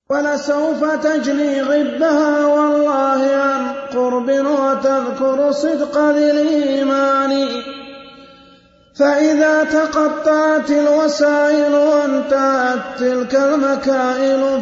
ولسوف تجني غبها والله عن قرب وتذكر صدق ذي الإيمان. فإذا تقطعت الوسائل وانتهت تلك المكائل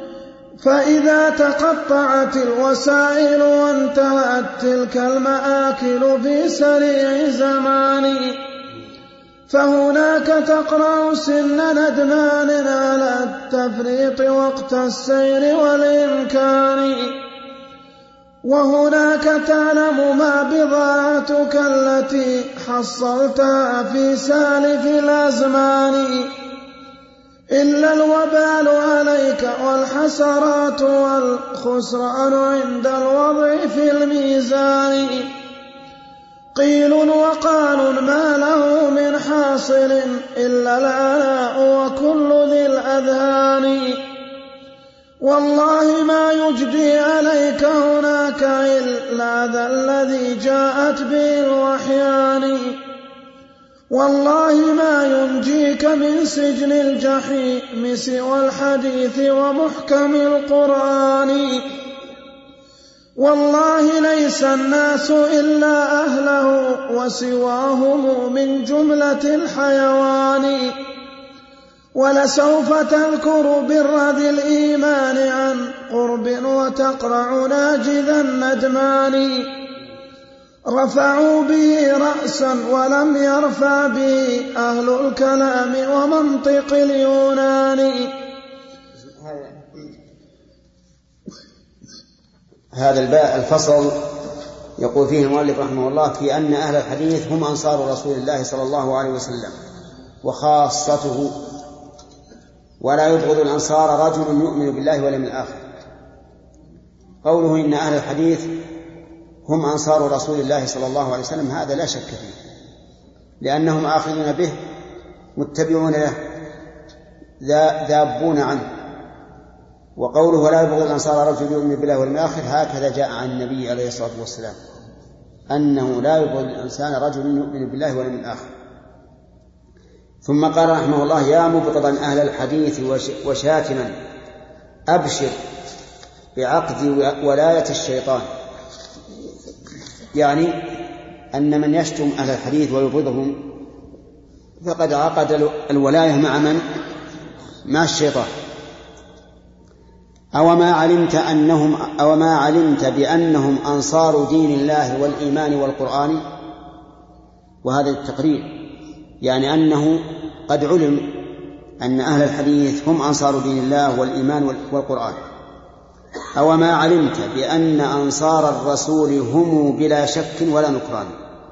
المآكل في سريع زمان، فهناك تقرع سن ندمان على التفريط وقت السير والإمكان، وهناك تعلم ما بضاعتك التي حصلتها في سالف الأزمان، إلا الوبال عليك والحسرات والخسران عند الوضع في الميزان. قيل وقال ما له من حاصل إلا العناء وكل ذي الأذهان، والله ما يجدي عليك هناك إلا ذا الذي جاءت به الوحيان، والله ما ينجيك من سجن الجحيم سوى الحديث ومحكم القرآن، والله ليس الناس إلا أهله وسواهم من جملة الحيوان. ولسوف تذكر بر ذي الإيمان عن قرب وتقرع ناجذا الندمان، رفعوا به رأسا ولم يرفع به أهل الكلام ومنطق اليونان. هذا الفصل يقول فيه المؤلف رحمه الله في أن أهل الحديث هم أنصار رسول الله صلى الله عليه وسلم وخاصته، ولا يبغض الأنصار رجل يؤمن بالله واليوم الآخر. قوله إن أهل الحديث هم أنصار رسول الله صلى الله عليه وسلم هذا لا شك فيه، لأنهم آخذون به متبعون له ذابون عنه. وقوله ولا يبغض الأنصار رجل يؤمن بالله واليوم الآخر هكذا جاء عن النبي عليه الصلاة والسلام أنه لا يبغض الإنسان رجل يؤمن بالله واليوم الآخر. ثم قال رحمه الله يا مبغضا أهل الحديث وشاتما أبشر بعقد ولاية الشيطان، يعني أن من يشتم أهل الحديث ويبغضهم فقد عقد الولاية مع من؟ مع الشيطان. أو ما علمت بأنهم أنصار دين الله والإيمان والقرآن. وهذا التقرير يعني أنه قد علم أن أهل الحديث هم أنصار دين الله والإيمان والقرآن. أو ما علمت بأن أنصار الرسول هم بلا شك ولا نكران.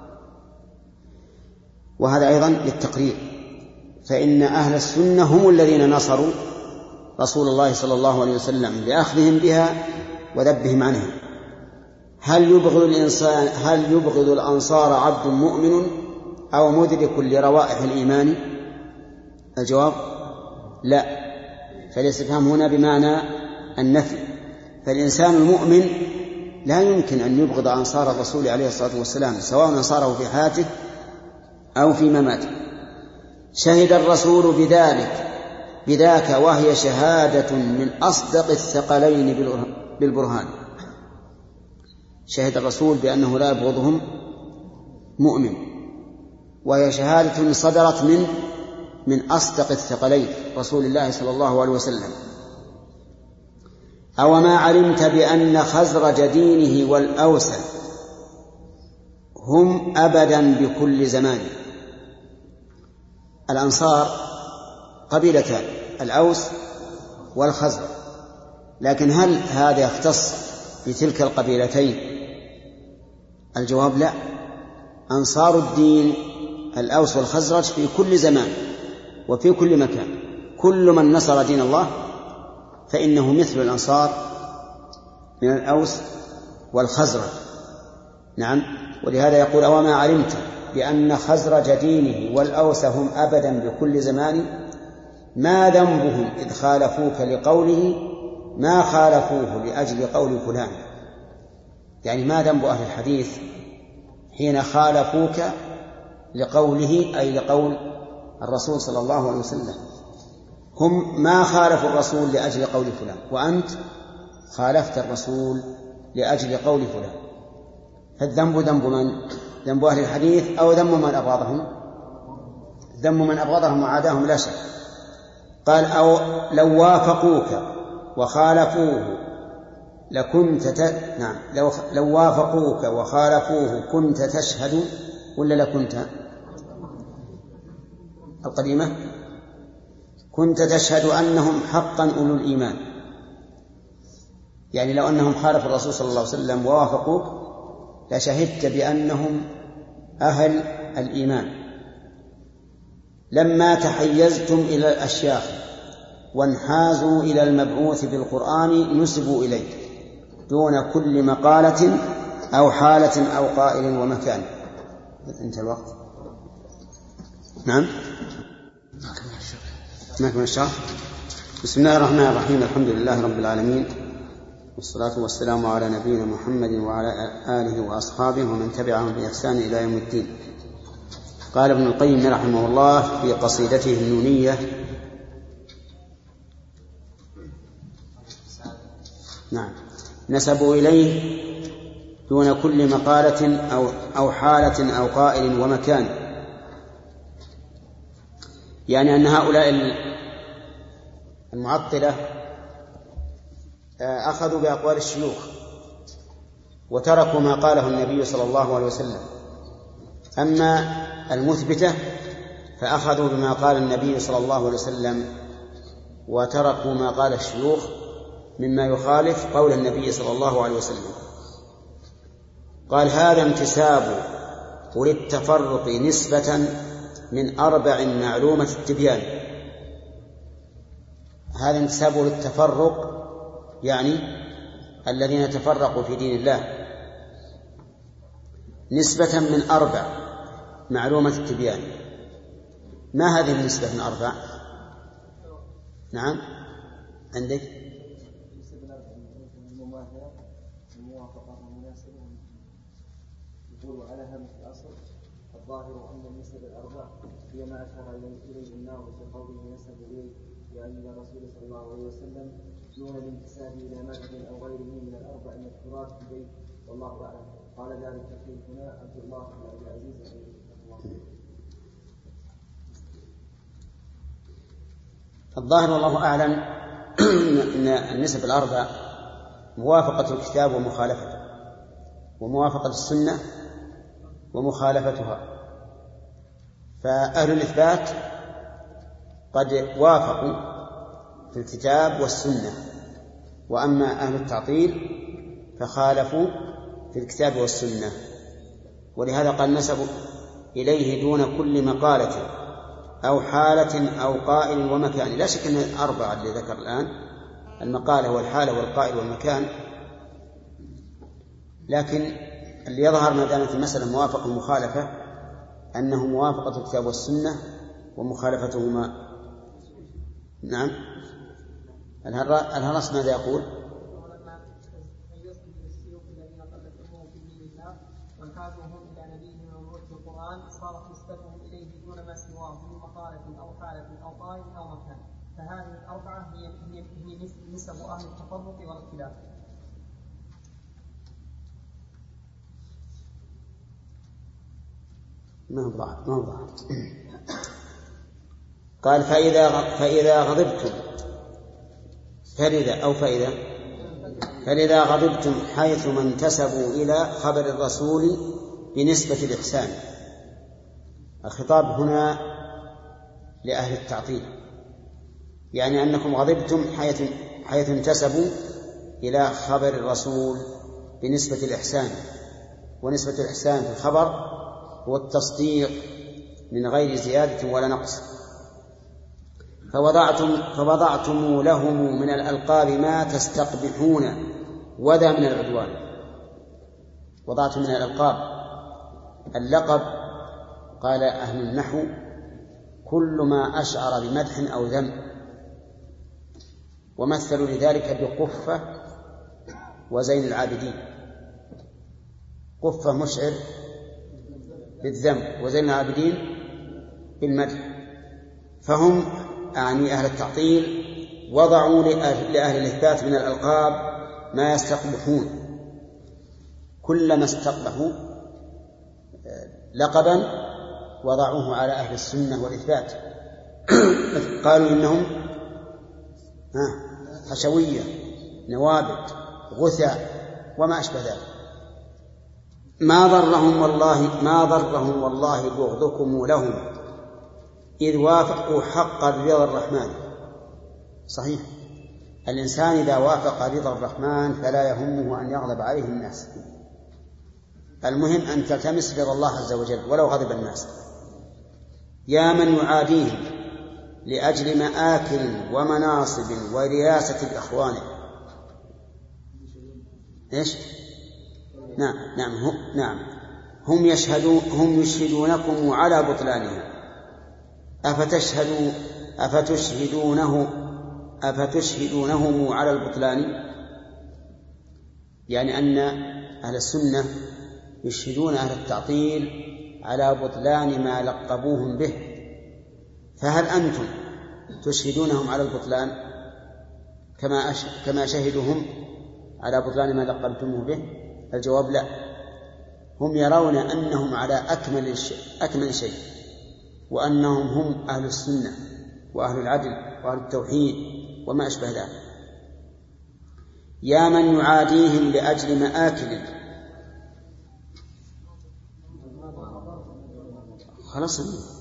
وهذا أيضا للتقرير، فإن أهل السنة هم الذين نصروا رسول الله صلى الله عليه وسلم لأخذهم بها وذبهم عنها. هل يبغض الأنصار عبد مؤمن أو مدرك لروائح الإيمان؟ الجواب لا، فالاستفهام هنا بمعنى النفي. فالإنسان المؤمن لا يمكن أن يبغض أنصار الرسول عليه الصلاة والسلام سواء أنصاره في حياته أو في مماته. شهد الرسول بذاك وهي شهادة من أصدق الثقلين بالبرهان. شهد الرسول بأنه لا يبغضهم مؤمن، وهي شهادة صدرت من أصدق الثقلين رسول الله صلى الله عليه وسلم. أو ما علمت بأن خزرج دينه والأوس هم أبدا بكل زمان. الأنصار قبيلتان، الأوس والخزرج، لكن هل هذا يختص بتلك القبيلتين؟ الجواب لا، أنصار الدين الأوس والخزرج في كل زمان وفي كل مكان. كل من نصر دين الله فإنه مثل الأنصار من الأوس والخزرج. نعم، ولهذا يقول أو ما علمت بأن خزرج دينه والأوس هم أبدا بكل زمان ما ذنبهم إذ خالفوك لقوله ما خالفوه لأجل قول فلان. يعني ما ذنب أهل الحديث حين خالفوك لقوله أي لقول الرسول صلى الله عليه وسلم. هم ما خالفوا الرسول لأجل قول فلان، وأنت خالفت الرسول لأجل قول فلان، فالذنب ذنب من؟ ذنب أهل الحديث أو ذنب من أبغضهم؟ ذنب من أبغضهم وعاداهم لا شك. قال أو لو وافقوك وخالفوه لكنت نعم لو وافقوك وخالفوه كنت تشهد ولا لكنت القديمة كنت تشهد أنهم حقا أولو الإيمان، يعني لو أنهم خالفوا الرسول صلى الله عليه وسلم ووافقوك لشهدت بأنهم أهل الإيمان. لما تحيزتم إلى الأشياخ وانحازوا إلى المبعوث بالقرآن نسبوا إليه دون كل مقالة أو حالة أو قائل ومكان. انتهى الوقت. نعم نكمل الشرح. بسم الله الرحمن الرحيم. الحمد لله رب العالمين، والصلاة والسلام على نبينا محمد وعلى آله وأصحابه ومن تبعهم بإحسان إلى يوم الدين. قال ابن القيم رحمه الله في قصيدته النونية: نعم نسبوا إليه دون كل مقالة أو حالة أو قائل ومكان، يعني أن هؤلاء المعطلة أخذوا بأقوال الشيوخ وتركوا ما قاله النبي صلى الله عليه وسلم. أما المثبتة فأخذوا بما قال النبي صلى الله عليه وسلم وتركوا ما قال الشيوخ مما يخالف قول النبي صلى الله عليه وسلم. قال: هذا انتساب وللتفرق نسبة من 4 معلومة التبيان. هذا انتساب للتفرق يعني الذين تفرقوا في دين الله نسبة من 4 معلومة التبيان. ما هذه النسبة من 4؟ نعم عندك يقول على هذا الأصل الظاهر أن النسب الأربع هي ما أشار إليه الناظر في قوله نسب إليه يعني الرسول صلى الله عليه وسلم دون الانتساب إلى مذهب أو غيره من الأربع المذكورات في البيت، والله أعلم. قال ذلك شيخنا عبد الله بن عبد العزيز رحمه الله. الظاهر والله أعلم أن النسب الأربع موافقة الكتاب ومخالفته، وموافقة السنة ومخالفتها. فأهل الإثبات قد وافقوا في الكتاب والسنة، وأما أهل التعطيل فخالفوا في الكتاب والسنة. ولهذا قال: نسبوا إليه دون كل مقالة أو حالة أو قائل ومكان. لا شك أن الأربعة اللي ذكر الآن، المقالة والحالة والقائل والمكان، لكن اللي يظهر ما دامت المسألة موافقة ومخالفة أنه موافقة الكتاب والسنة ومخالفتهما. نعم. الهرس ماذا يقول؟ وانحازوهم إلى نبيهم وموت القرآن صارت نسبتهم إليه دون ما سواه من مقالة أو حالة أو قائل أو مكان. فهذه الأربعة هي نسب أهل التفرق والاختلاف. ما هو ضعف. قال: فإذا غضبتم فلذا غضبتم حيث ما انتسبوا إلى خبر الرسول بنسبة الإحسان. الخطاب هنا لأهل التعطيل، يعني أنكم غضبتم حيث انتسبوا إلى خبر الرسول بنسبة الإحسان. ونسبة الإحسان في الخبر هو التصديق من غير زيادة ولا نقص. فوضعتم لهم من الألقاب ما تستقبحون وذا من العدوان. وضعتم من الألقاب. اللقب قال أهل النحو كل ما أشعر بمدح أو ذم، ومثلوا لذلك بقفة وزين العابدين. قفة مشعر بالذم وزين العابدين بالمدح. فهم أعني أهل التعطيل وضعوا لأهل الإثبات من الألقاب ما يستقبحون، كلما استقبحوا لقبا وضعوه على أهل السنة والإثبات. قالوا إنهم حشوية، نوابت، غثاء، وما أشبه ذلك. ما ضرهم والله بغضكم لهم إذ وافقوا حق رضا الرحمن. صحيح، الإنسان إذا وافق رضا الرحمن فلا يهمه أن يغضب عليه الناس، المهم أن تلتمس رضا الله عز وجل ولو غضب الناس. يا من يعاديهم لأجل مآكل ومناصب ورياسة الإخوان. إيش؟ نعم هم يشهدونكم على بطلانهم أفتشهدونهم على البطلان، يعني أن أهل السنة يشهدون أهل التعطيل على بطلان ما لقبوهم به، فهل أنتم تشهدونهم على البطلان كما شهدوهم على بطلان ما لقبتموه به؟ الجواب لا، هم يرون أنهم على أكمل شيء، وأنهم هم أهل السنة وأهل العدل وأهل التوحيد وما أشبه ذلك. يا من يعاديهم لأجل مآكل، خلاص،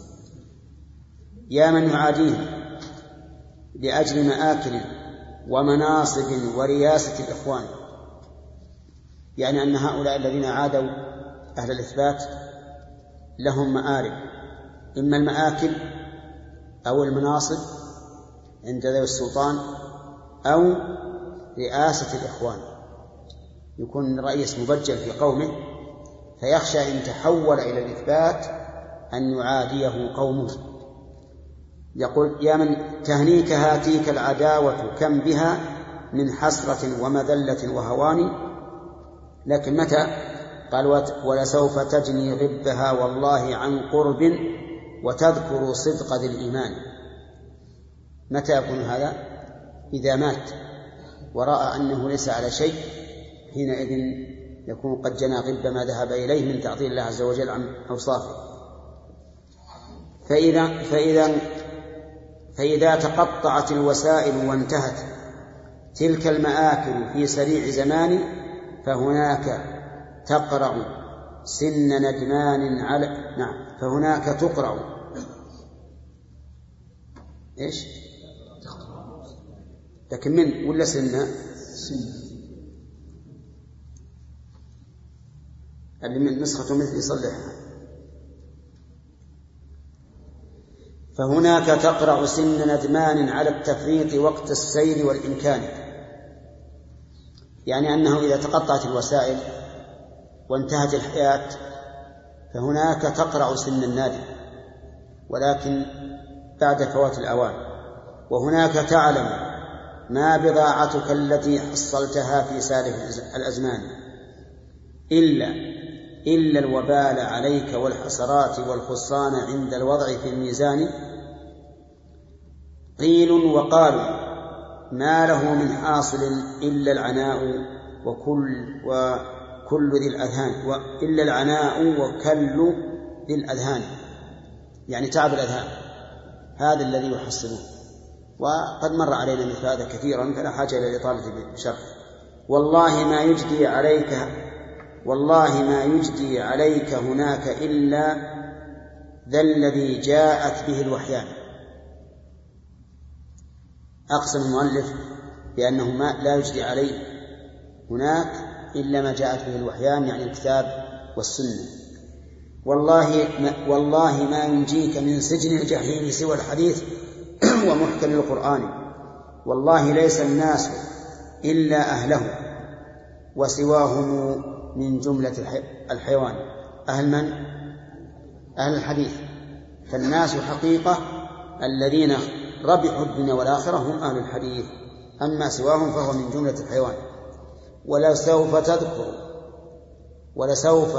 يا من يعاديهم لأجل مآكل ومناصب ورياسة الإخوان، يعني أن هؤلاء الذين عادوا أهل الإثبات لهم مآرب، إما المآكل أو المناصب عند ذوي السلطان أو رئاسة الإخوان، يكون رئيس مبجل في قومه فيخشى إن تحول إلى الإثبات أن يعاديه قومه. يقول يا من تهنيك هاتيك العداوة كم بها من حسرة ومذلة وهوان، لكن متى؟ قال ولسوف تجني غبها والله عن قرب وتذكر صدق ذي الإيمان. متى يكون هذا؟ إذا مات ورأى أنه ليس على شيء، حينئذ يكون قد جنى غب ما ذهب إليه من تعطيل الله عز وجل عن أوصافه. فإذا تقطعت الوسائل وانتهت تلك المآكل في سريع زمان، فهناك تقرع سن ندمان على فهناك تقرع إيش؟ لكن من ولا سنة؟ اللي من نسخة مثل يصلحها. فهناك تقرع سن ندمان على التفريط وقت السير والإمكان، يعني أنه إذا تقطعت الوسائل وانتهت الحياة فهناك تقرع سن النادم، ولكن بعد فوات الأوان. وهناك تعلم ما بضاعتك التي حصلتها في سالف الأزمان إلا الوبال عليك والحسرات والخسران عند الوضع في الميزان. قيل وقالوا ما له من حاصل إلا العناء وكل ذي الأذهان، إلا العناء وكل ذي الأذهان، يعني تعب الأذهان، هذا الذي يحصلون. وقد مر علينا مثل هذا كثيرا فلا حاجة إلى الإطالة بالشرح. والله ما يجدي عليك هناك إلا ذا الذي جاءت به الوحيان. أقسم المؤلف بأنه لا يجدي عليه هناك إلا ما جاءت به الوحيان، يعني الكتاب والسنة. والله ما ينجيك من سجن الجحيم سوى الحديث ومحكم القرآن. والله ليس الناس إلا أهله وسواهم من جملة الحيوان. أهل من؟ أهل الحديث. فالناس حقيقة الذين ربحوا الدنيا والآخرة هم أهل الحديث، أما سواهم فهو من جملة الحيوان. ولسوف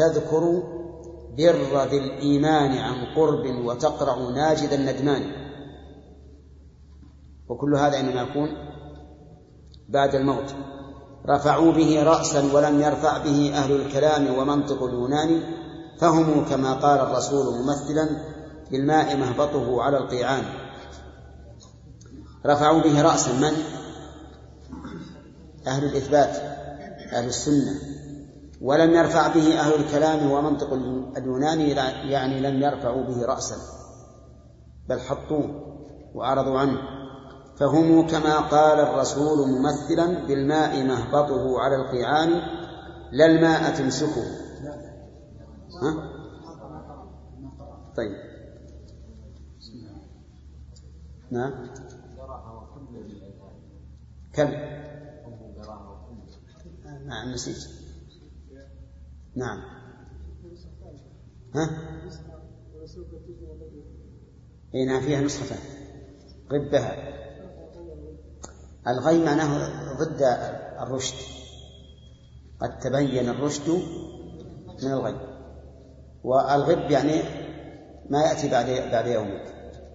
تذكر بر ذي الإيمان عن قرب وتقرع ناجد الندمان. وكل هذا إنما يكون بعد الموت. رفعوا به رأسا ولم يرفع به أهل الكلام ومنطق اليوناني، فهم كما قال الرسول ممثلا بالماء مهبطه على القيعان. رفعوا به رأسا من؟ أهل الإثبات أهل السنة. ولم يرفع به أهل الكلام ومنطق اليوناني، يعني لم يرفعوا به رأسا بل حطوه وأعرضوا عنه. فهم كما قال الرسول ممثلا بالماء مهبطه على القيعان لا الماء تمسكه. طيب نعم كم نسيت. نعم هنا فيها نسختان غبها. الغي معناه ضد الرشد، قد تبين الرشد من الغي، والغب يعني ما يأتي بعد يومك.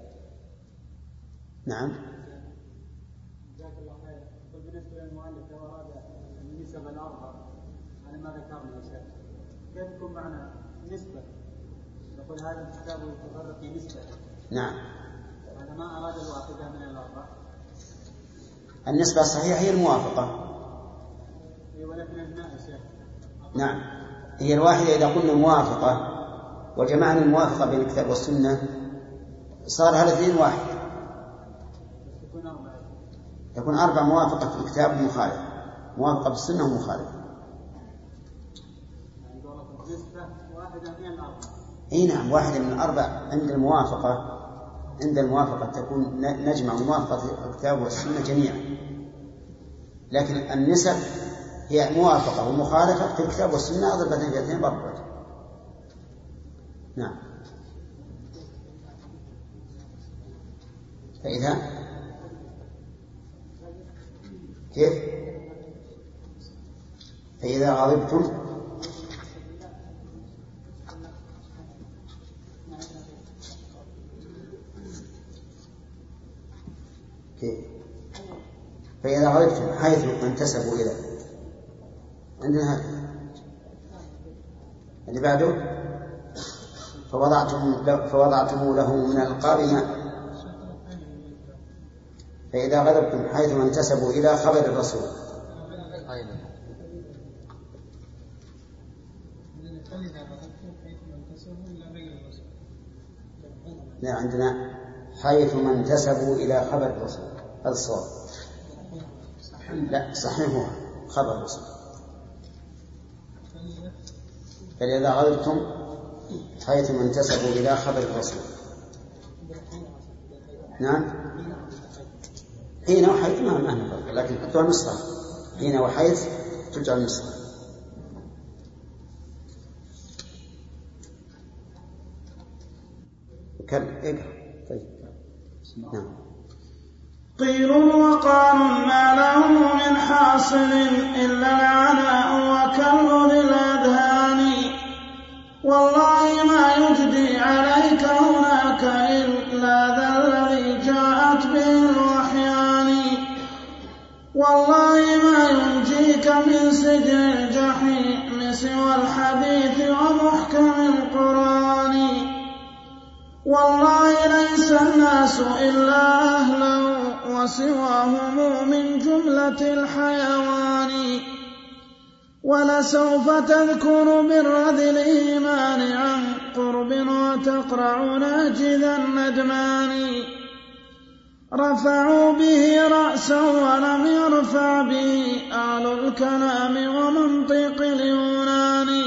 نعم. جزاك الله خير. بالنسبة للمؤلف لو أراد النسب الأربع على ما ذكرنا يا شيخ، كيف يكون معنى نسبة؟ نقول هذا الكتاب يتفرق في نسبة. نعم. هذا ما أراد الواحدة من الأربع. النسبة الصحيحة هي الموافقة. ولكن الماء يا شيخ. نعم. هي الواحدة إذا قلنا موافقة وجمعنا الموافقة بين الكتاب والسنة صار هذا الاثنين واحد. يكون 4 موافقة في الكتاب ومخالف، موافقة بالسنة ومخالف. اي نعم، واحدة من 4 عند الموافقة. عند الموافقة تكون نجمع موافقة في الكتاب والسنة جميعا، لكن النسب هي موافقة ومخالفة في الكتاب والسنة ضربتين في اثنين ضربة. نعم. فإذا كيف؟ فإذا غضبتم كيف؟ فإذا غضبتم حيث انتسبوا إلى عندنا اللي بعده فوضعتم له من الألقاب ما. فإذا غضبتم حيث انتسبوا إلى خبر الرسول. لا، عندنا حيث ما انتسبوا إلى خبر الرسول. هذا الصواب. لا صحيح، هو خبر الرسول. فإذا غضبتم حيث ما انتسبوا إلى خبر الرسول. نعم. حين وحيث ما نفرق، لكن حطوا النصرة. حين وحيث تجعل النصرة. كم اقرأ. طيب. نعم. قيل وقال ما له من حاصل إلا العناء وكل للأذهان، والله ما يجدي عليك هناك إلا ذا الذي جاءت به الوحيان، والله ما ينجيك من سجن الجحيم سوى الحديث ومحكم القرآن، والله ليس الناس إلا أهلا وسواهم من جملة الحيوان، ولسوف تذكر بالرذ الإيمان عن قرب وتقرع ناجذ الندمان، رفعوا به رأسا ولم يرفع به أهل الكلام ومنطق اليونان،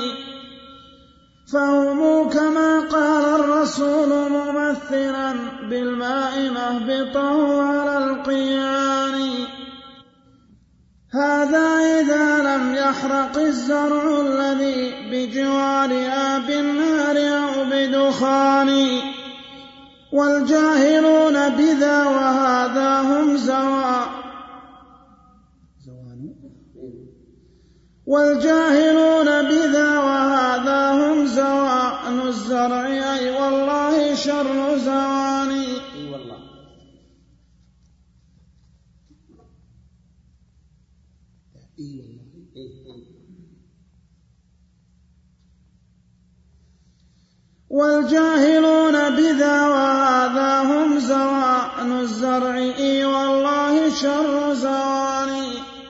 فهم كما قال الرسول ممثلا بالماء مهبطه على القيان، هذا إذا لم يحرق الزرع الذي بجوارها بالنار أو بدخان، والجاهلون بذا وهذا هم زوان الزرع أي والله شر زواني. والجاهلون بذا وهذا هم زوان الزرع والله شر زواني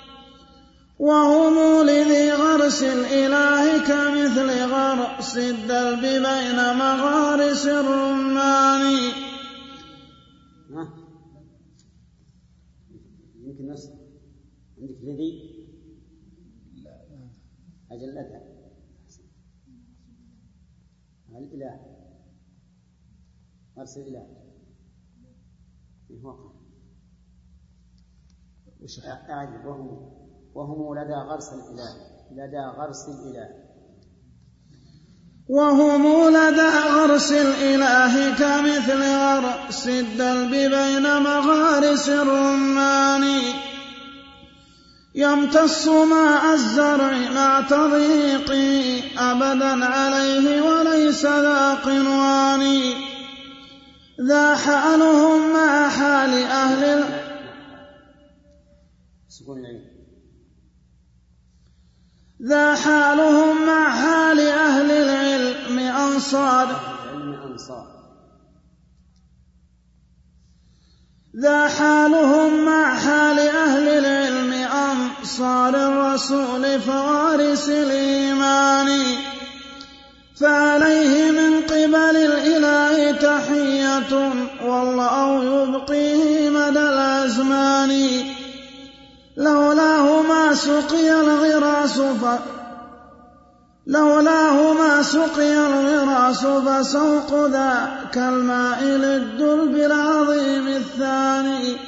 وهم لذي غرس الإله كمثل غرس الدلب بين مغارس الرمان. يمكن نص عندك لذي أجل لك الإله غرس الإله أعجب وهم لدى غرس الإله وهم لدى غرس الإله كمثل غرس الدلب بين مغارس الرمان يمتص ماء الزرع مع تضييقه أبدا عليه وليس ذا قنوان ذا حالهم مع حال أهل ذا حالهم مع حال أهل العلم ذا حالهم مع حال أهل العلم أنصار الرسول فوارث الإيمان فعليه من قبل الإله تحية والله يبقيه مدى الأزمان لولاه ما سقي الغراس فسوق ذاك الماء للدرب العظيم الثاني.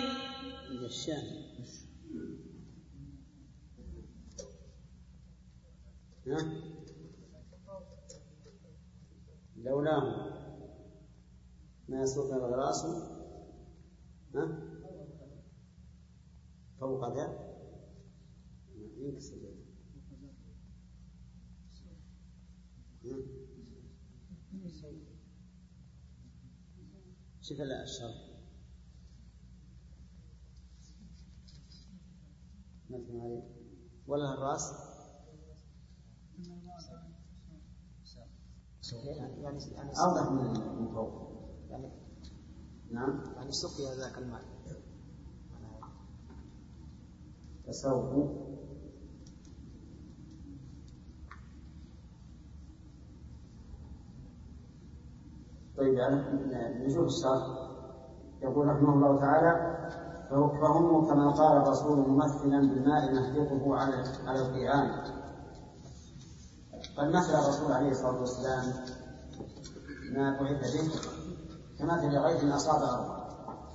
لولاه ما سقي الغراس فوق ذا شوف الشرح مثل عليه ولا الراس يعني أوضح من فوق يعني نعم يعني سقي ذاك الماء فسوق طيب نشوف الشرح يقول رحمه الله تعالى فهم كما قال الرسول ممثلا بالماء نهبطه على القيعان. قد مثل الرسول عليه الصلاة والسلام ما بعث به كمثل غيث أصاب أرضا.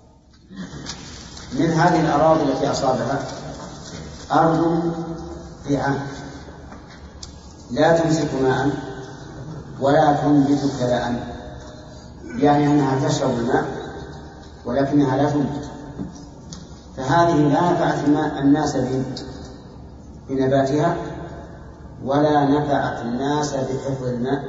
من هذه الأراضي التي أصابها أرض قيعان لا تمسك ماء ولا تنبت كلاء يعني أنها تشرب الماء ولكنها لا تنبت فهذه لا نفعت الناس بنباتها ولا نفعت الناس بحفظ الماء.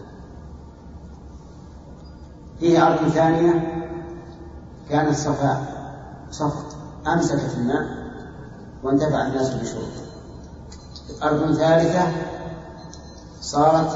فيه أرض ثانية كانت صفا أمسكت الماء وانتفع الناس بشربه. أرض ثالثة صارت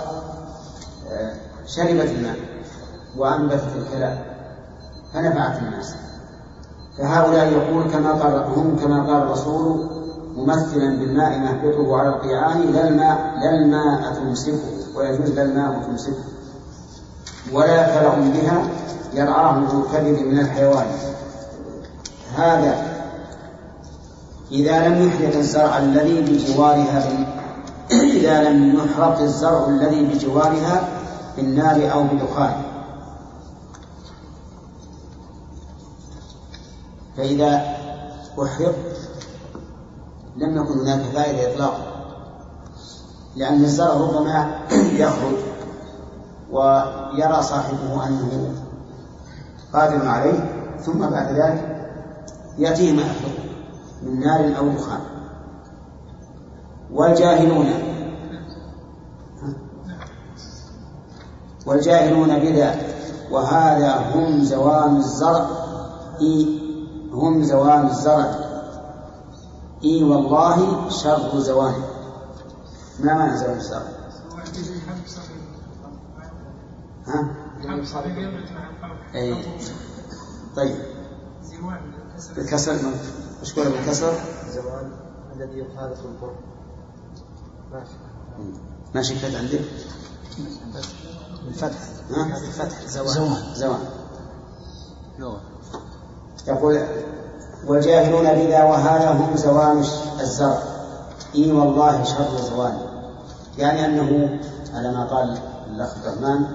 شربت الماء وأنبتت الكلاء فنفعت الناس. فهؤلاء يقول كما قال الرسول ممثلا بالماء نهبطه على القيعان لا الماء تمسكه ويجوز لا الماء تمسكه ولا كلأ بها يرعاه ذو كبد من الحيوان. هذا إذا لم يحرق الزرع الذي بجوارها بالنار أو بدخان. فإذا أحرق لم يكن هناك فائدة إطلاقا لأن الزرع ربما يخرج ويرى صاحبه أنه قادر عليه ثم بعد ذلك يأتيه ما يحرق من نار أو دخان. والجاهلون بذا وهذا هم زوان الزرع إي والله شر زوال. ما معنى زوال الشر؟ ها؟ أي. طيب بالكسر مشكلة بالكسر زوال الذي يخالف القرب. ماشي كده عندك الفتح. الفتح زوال. يقول والجاهلون بذا وهذا هم زوال الزرع. إي والله شر زوال، يعني أنه على ما قال الأخ الرحمن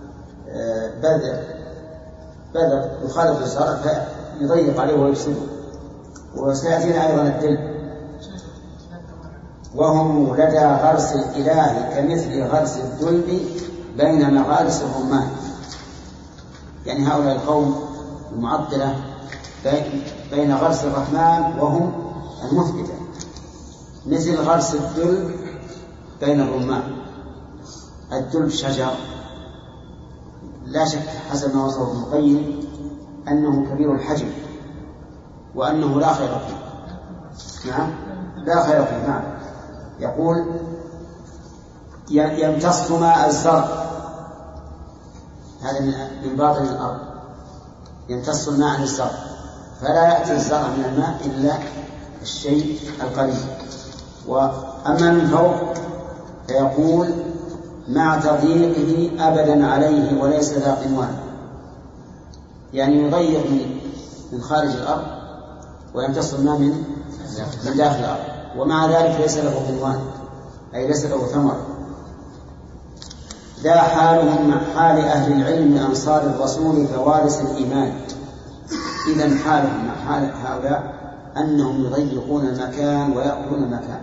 بذر يخالف الزرع فيضيق عليه ويفسده. وسيأتينا أيضا الدل. وهم لدى غرس الإله كمثل غرس الدلب بين مغارس الرمان. يعني هؤلاء القوم المعطلة بين غرس الرحمن وهم المثبتة مثل غرس الدلب بين الرمان. الدلب شجر لا شك حسب ما وصفه ابن القيم أنه كبير الحجم وأنه لا خير فيه. نعم لا خير فيه. نعم يقول يمتص ماء الزرع، هذا من باطن الأرض، يمتص الماء عن الزرع فلا يأتي الزرع من الماء إلا الشيء القليل. وأما من فوق فيقول مع تضييقه أبدا عليه وليس ذا قنوان، يعني يضيق من خارج الأرض ويمتص الماء من داخل الأرض، ومع ذلك ليس له قنوان أي ليس له ثمر. ذا حالهم مع حال أهل العلم أنصار الرسول فوارث الإيمان. إذن حالهم مع حال هؤلاء أنهم يضيقون المكان ويأكلون المكان،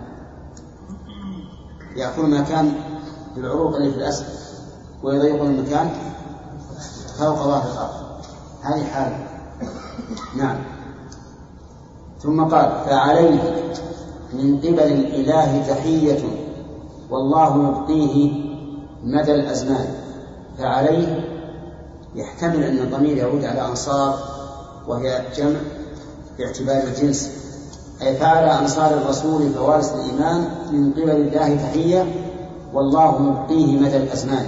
يأكلون المكان بالعروق اللي في الأسفل ويضيقون المكان فوق ظهر الأرض. هذه حال. نعم. ثم قال فعليه من قبل الإله تحية والله يبقيه مدى الأزمان. فعليه يحتمل أن الضمير يعود على أنصار وهي جمع باعتبار الجنس، أي فعل أنصار الرسول فوارث الإيمان من قبل الله تحية والله يبقيه مدى الأزمان.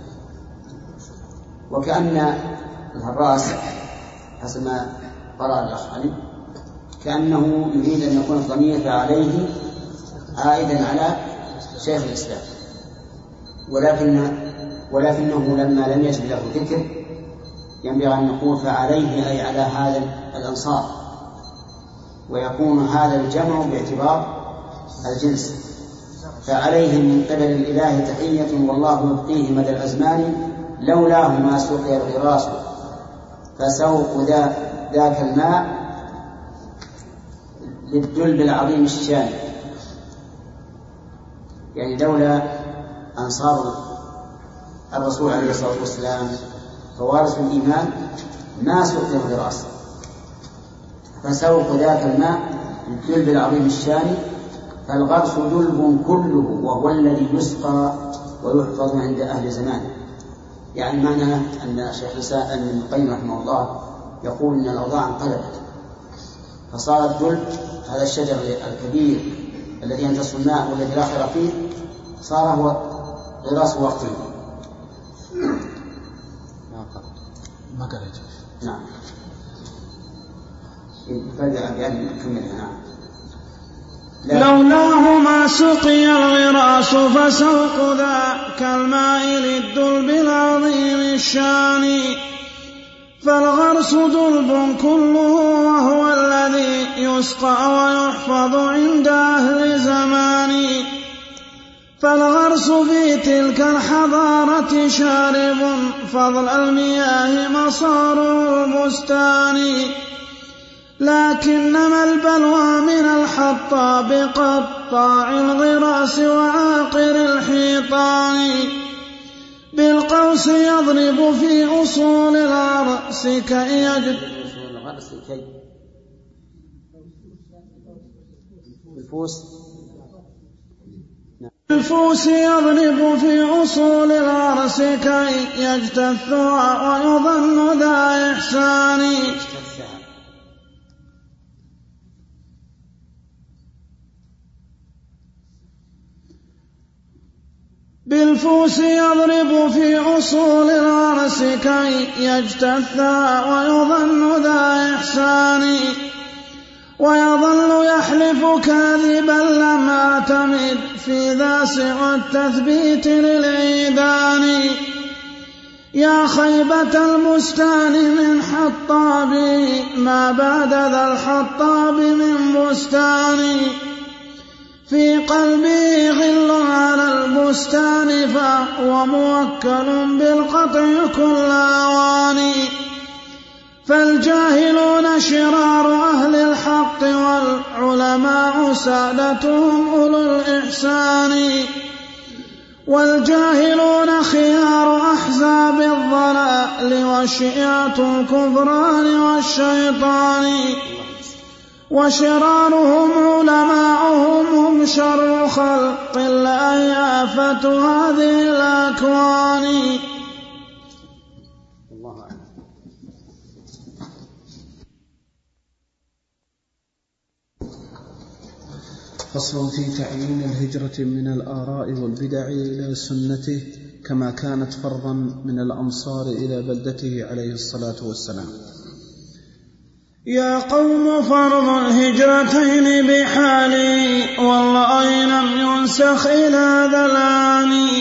وكأن الراس حسب ما قرأ الأخ علي كأنه يريد أن يكون الضمير فعليه عائدا على شيخ الإسلام، ولكنه لما لم يجد له ذكر ينبغي أن نقول فعليه أي على هذا الأنصار، ويكون هذا الجمع باعتبار الجنس. فعليه من قبل الإله تحية والله يبقيه مدى الأزمان لولاه ما سقي الغراس فسوق ذاك الماء للدلب العظيم الشان. يعني لولا أنصار الرسول عليه الصلاة والسلام فوارث الإيمان ما سقي الغراس فسوق ذاك الماء للدلب العظيم الشان. فالغرس دلب كله وهو الذي يسقى ويحفظ عند أهل زمانه. يعني معنى أن شيخ ابن القيم رحمه الله يقول إن الأوضاع انقلبت فصار الدلب هذا الشجر الكبير الذي يمتص الماء والذي لا خير فيه صار هو غراس وقته. ما قريت. نعم. فإذا أبيان نكملها. نعم. لولاه ما سقي الغراس فسوق ذاك الماء للدلب العظيم الشان. فالغرس دلب كله وهو الذي يسقى ويحفظ عند أهل زمان. فالغرس في تلك الحضارة شارب فضل المياه مصار البستان. لكنما البلوى من الحطاب قطاع الغراس وعاقر الحيطان. بالقوس يضرب في أصول الغرس كي يجد الفوس يضرب في أصول الغرس كي يجتث ويظن ذا إحسان. بالفوس يضرب في أصول العرس كي يجتثى ويظن ذا إحسان ويظل يحلف كاذبا لم أعتمد في ذا سوى التثبيت للعيدان يا خيبة البستان من حطاب ما بعد ذا الحطاب من بستان في قلبي غل على البستان فهو موكل بالقطع كل أوان فالجاهلون شرار أهل الحق والعلماء سادتهم أولو الإحسان والجاهلون خيار أحزاب الضلال وشيعة الكفران والشيطان وشرارهم علماؤهم هم شر خلق الله آفة هذه الأكوان. فصل في تعيين الهجرة من الآراء والبدع إلى سنته كما كانت فرضا من الأمصار إلى بلدته عليه الصلاة والسلام. يا قوم فرض الهجرتين بحالي والله لم ينسخ إلى ذا الآن.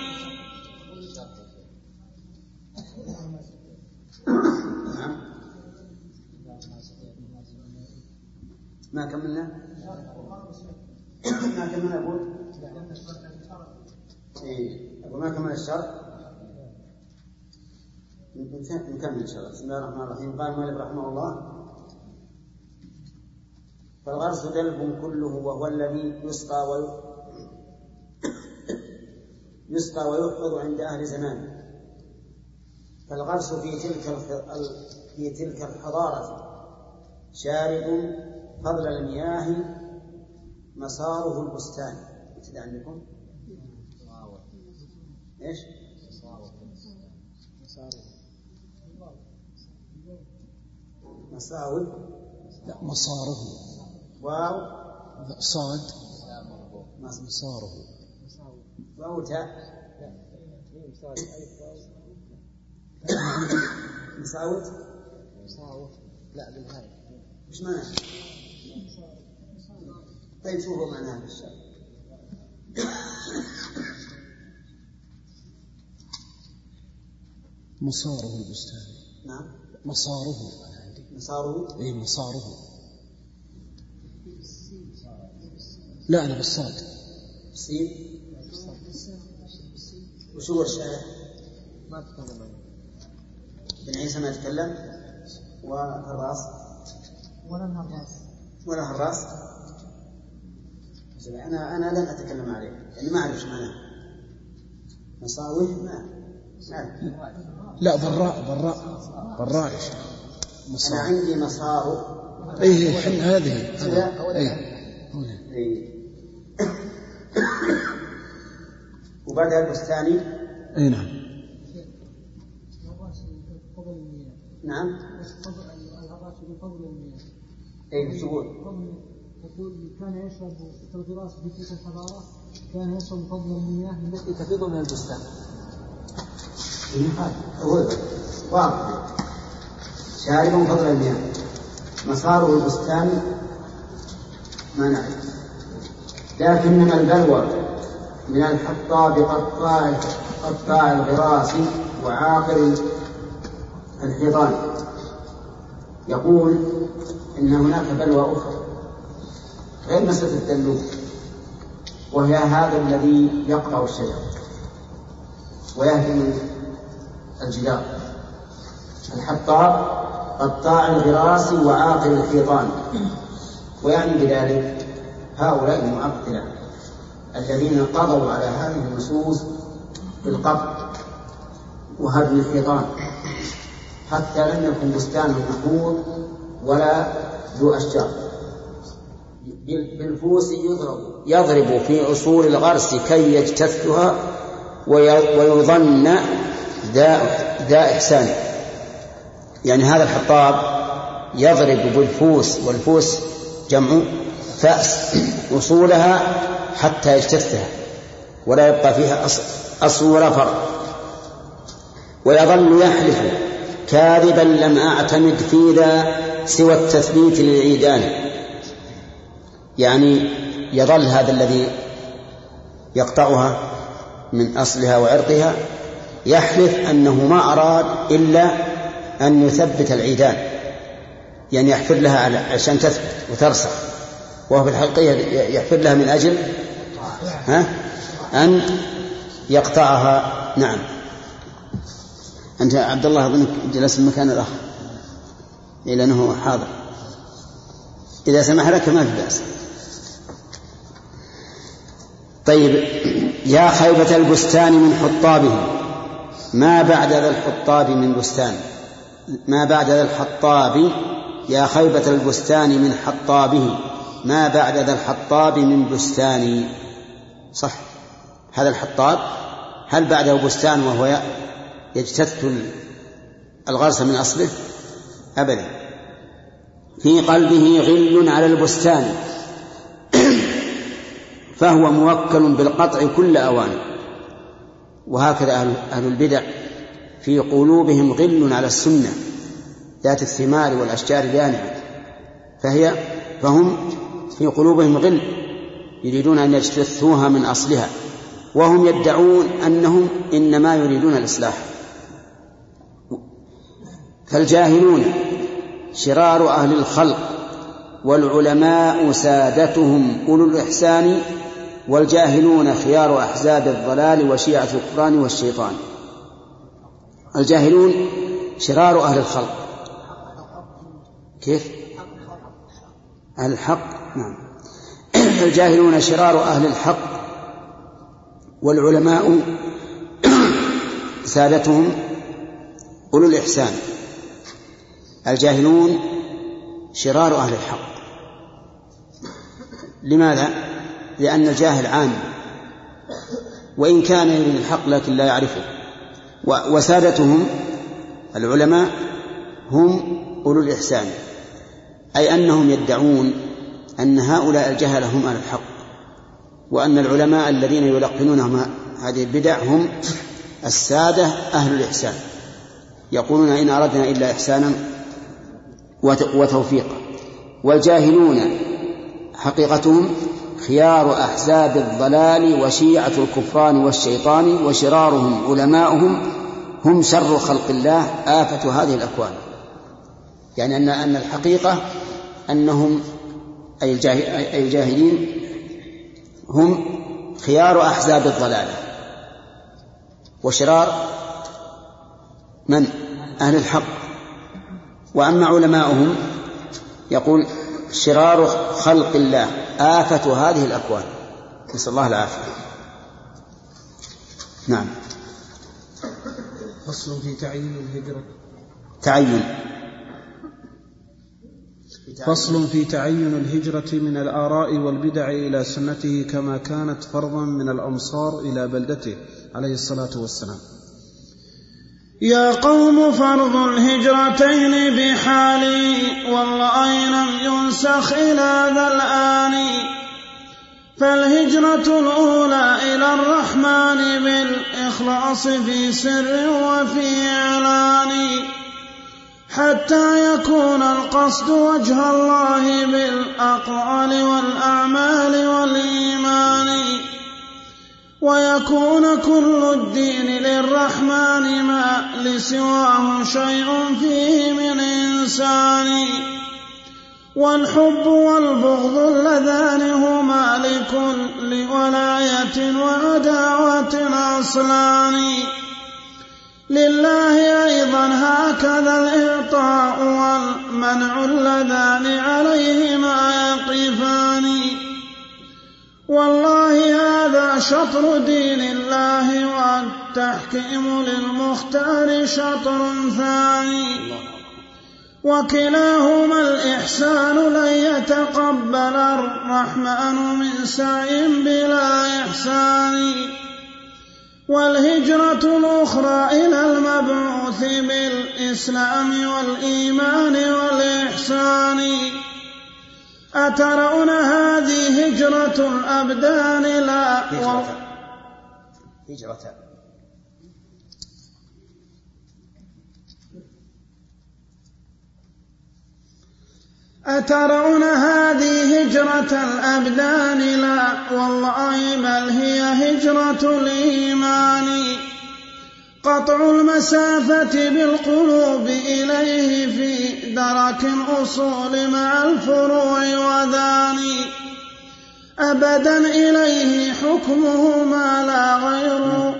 ما كملنا أقول ما كمل الشرط نكمل إن شاء الله. بسم الله الرحمن الرحيم. قال المؤلف رحمه الله فالغرس دلب كله وهو الذي يسقى ويحفظ عند أهل زمان. فالغرس في تلك الحضارة شارب فضل المياه مساره البستان. كده عندكم ايش؟ مساوي لا مصاره واو صاد مصاره واو تاء مساوي لا بالهاء ايش معناه؟ طيب شوفوا معناها في الشرع. مصاره البستان. نعم مصاره اي مصاره. لا أنا بالصاد سين. وشو الشارع؟ ما تكلم عنه بن عيسى ما يتكلم والراس ولا الراس. أنا لن أتكلم عليه يعني ما أعرف معناه. مصاوي ما أعرف. لا براء أنا عندي مصارو. إيه هذه وبعدها البستاني. أي نعم. نعم. أي شغول. يقول كان يشرب في الغراس في تلك الحضارة كان يشرب فضل المياه التي تفيض من البستان. واضح. شارب فضل المياه مساره البستان ما نعرف. لكنما البلوى من الحطاب قطاع الغراس وعاقر الحيطان. يقول إن هناك بلوى أخرى غير مسألة الدلوب، وهي هذا الذي يقطع الشجر ويهدم الجدار. الحطاب قطاع الغراس وعاقر الحيطان. ويعني بذلك هؤلاء المعطلة الذين قضوا على هذه النصوص بالقطع وهدم الحيطان حتى لم يكن بستان محفوظ ولا ذو أشجار. بالفوس يضرب في أصول الغرس كي يجتثها ويظن ذا إحسان. يعني هذا الحطاب يضرب بالفوس، والفوس جمع فأس، أصولها حتى يجتثها ولا يبقى فيها أصل ولا فرع، ويظل يحلف كاذبا لم أعتمد في ذا سوى التثبيت للعيدان. يعني يظل هذا الذي يقطعها من أصلها وعرضها يحلف أنه ما أراد إلا أن يثبت العيدان، يعني يحفر لها عشان تثبت وترسخ، وهو في الحقيقة يحفر لها من أجل أن يقطعها. نعم. أنت عبد الله أظنك جلس في المكان الآخر إلى أنه حاضر، إذا سمح لك ما في بأس. طيب. يا خيبة البستان من حطابه، ما بعد ذا الحطاب من بستان، ما بعد ذا الحطاب، يا خيبة البستان من حطابه، ما بعد ذا الحطاب من بستان. صح، هذا الحطاب هل بعده بستان وهو يجتث الغرس من أصله؟ أبدا. في قلبه غل على البستان فهو موكل بالقطع كل أوان. وهكذا أهل البدع في قلوبهم غل على السنة ذات الثمار والأشجار اليانعة، فهم في قلوبهم غل، يريدون أن يجتثوها من أصلها، وهم يدعون أنهم إنما يريدون الإصلاح. فالجاهلون شرار أهل الخلق، والعلماء سادتهم أولو الإحسان، والجاهلون خيار أحزاب الضلال وشيعة الكفران والشيطان. الجاهلون شرار أهل الخلق. كيف؟ أهل الحق. نعم. الجاهلون شرار أهل الحق، والعلماء سادتهم أولو الإحسان. الجاهلون شرار أهل الحق. لماذا؟ لأن الجاهل عام، وإن كان يريد الحق لكن لا يعرفه. وسادتهم العلماء هم أولو الإحسان، أي أنهم يدعون أن هؤلاء الجهل هم أهل الحق، وأن العلماء الذين يلقنونهم هذه البدع هم السادة أهل الإحسان، يقولون إن أردنا إلا إحسانا وتوفيقا. والجاهلون حقيقتهم خيار أحزاب الضلال وشيعة الكفران والشيطان، وشرارهم علماؤهم هم شر خلق الله آفة هذه الأكوان. يعني أن الحقيقة أنهم أي الجاهلين هم خيار أحزاب الضلال وشرار من؟ أهل الحق. وأما علماؤهم يقول شرار خلق الله آفة هذه الأكوان، نسأل الله العافية. نعم. فصل في تعيين الهجرة. فصل في تعين الهجرة من الآراء والبدع إلى سنته كما كانت فرضا من الأمصار إلى بلدته عليه الصلاة والسلام. يا قوم فرض الهجرتين بحالي، والله لم ينسخ إلى ذا الآن. فالهجرة الأولى إلى الرحمن بالإخلاص في سر وفي إعلان، حتى يكون القصد وجه الله بالأقوال والأعمال والإيمان، ويكون كل الدين للرحمن ما لسواه شيء فيه من إنسان. والحب والبغض اللذان هما لكل ولاية وعداوة أصلان. لله أيضا هكذا الإعطاء والمنع اللذان عليهما يقفان. والله هذا شطر دين الله، والتحكيم للمختار شطر ثاني. وكلاهما الإحسان لن يتقبل الرحمن من سعي بلا إحسان. والهجرة الأخرى إلى المبعوث بالإسلام والإيمان والإحسان. أترون هذه هجرة الأبدان لا هجرة. أترون هذه هجرة الأبدان؟ لا والله بل هي هجرة الإيمان، قطع المسافة بالقلوب إليه في درك الأصول مع الفروع وذاني، أبدا إليه حكمه ما لا غيره،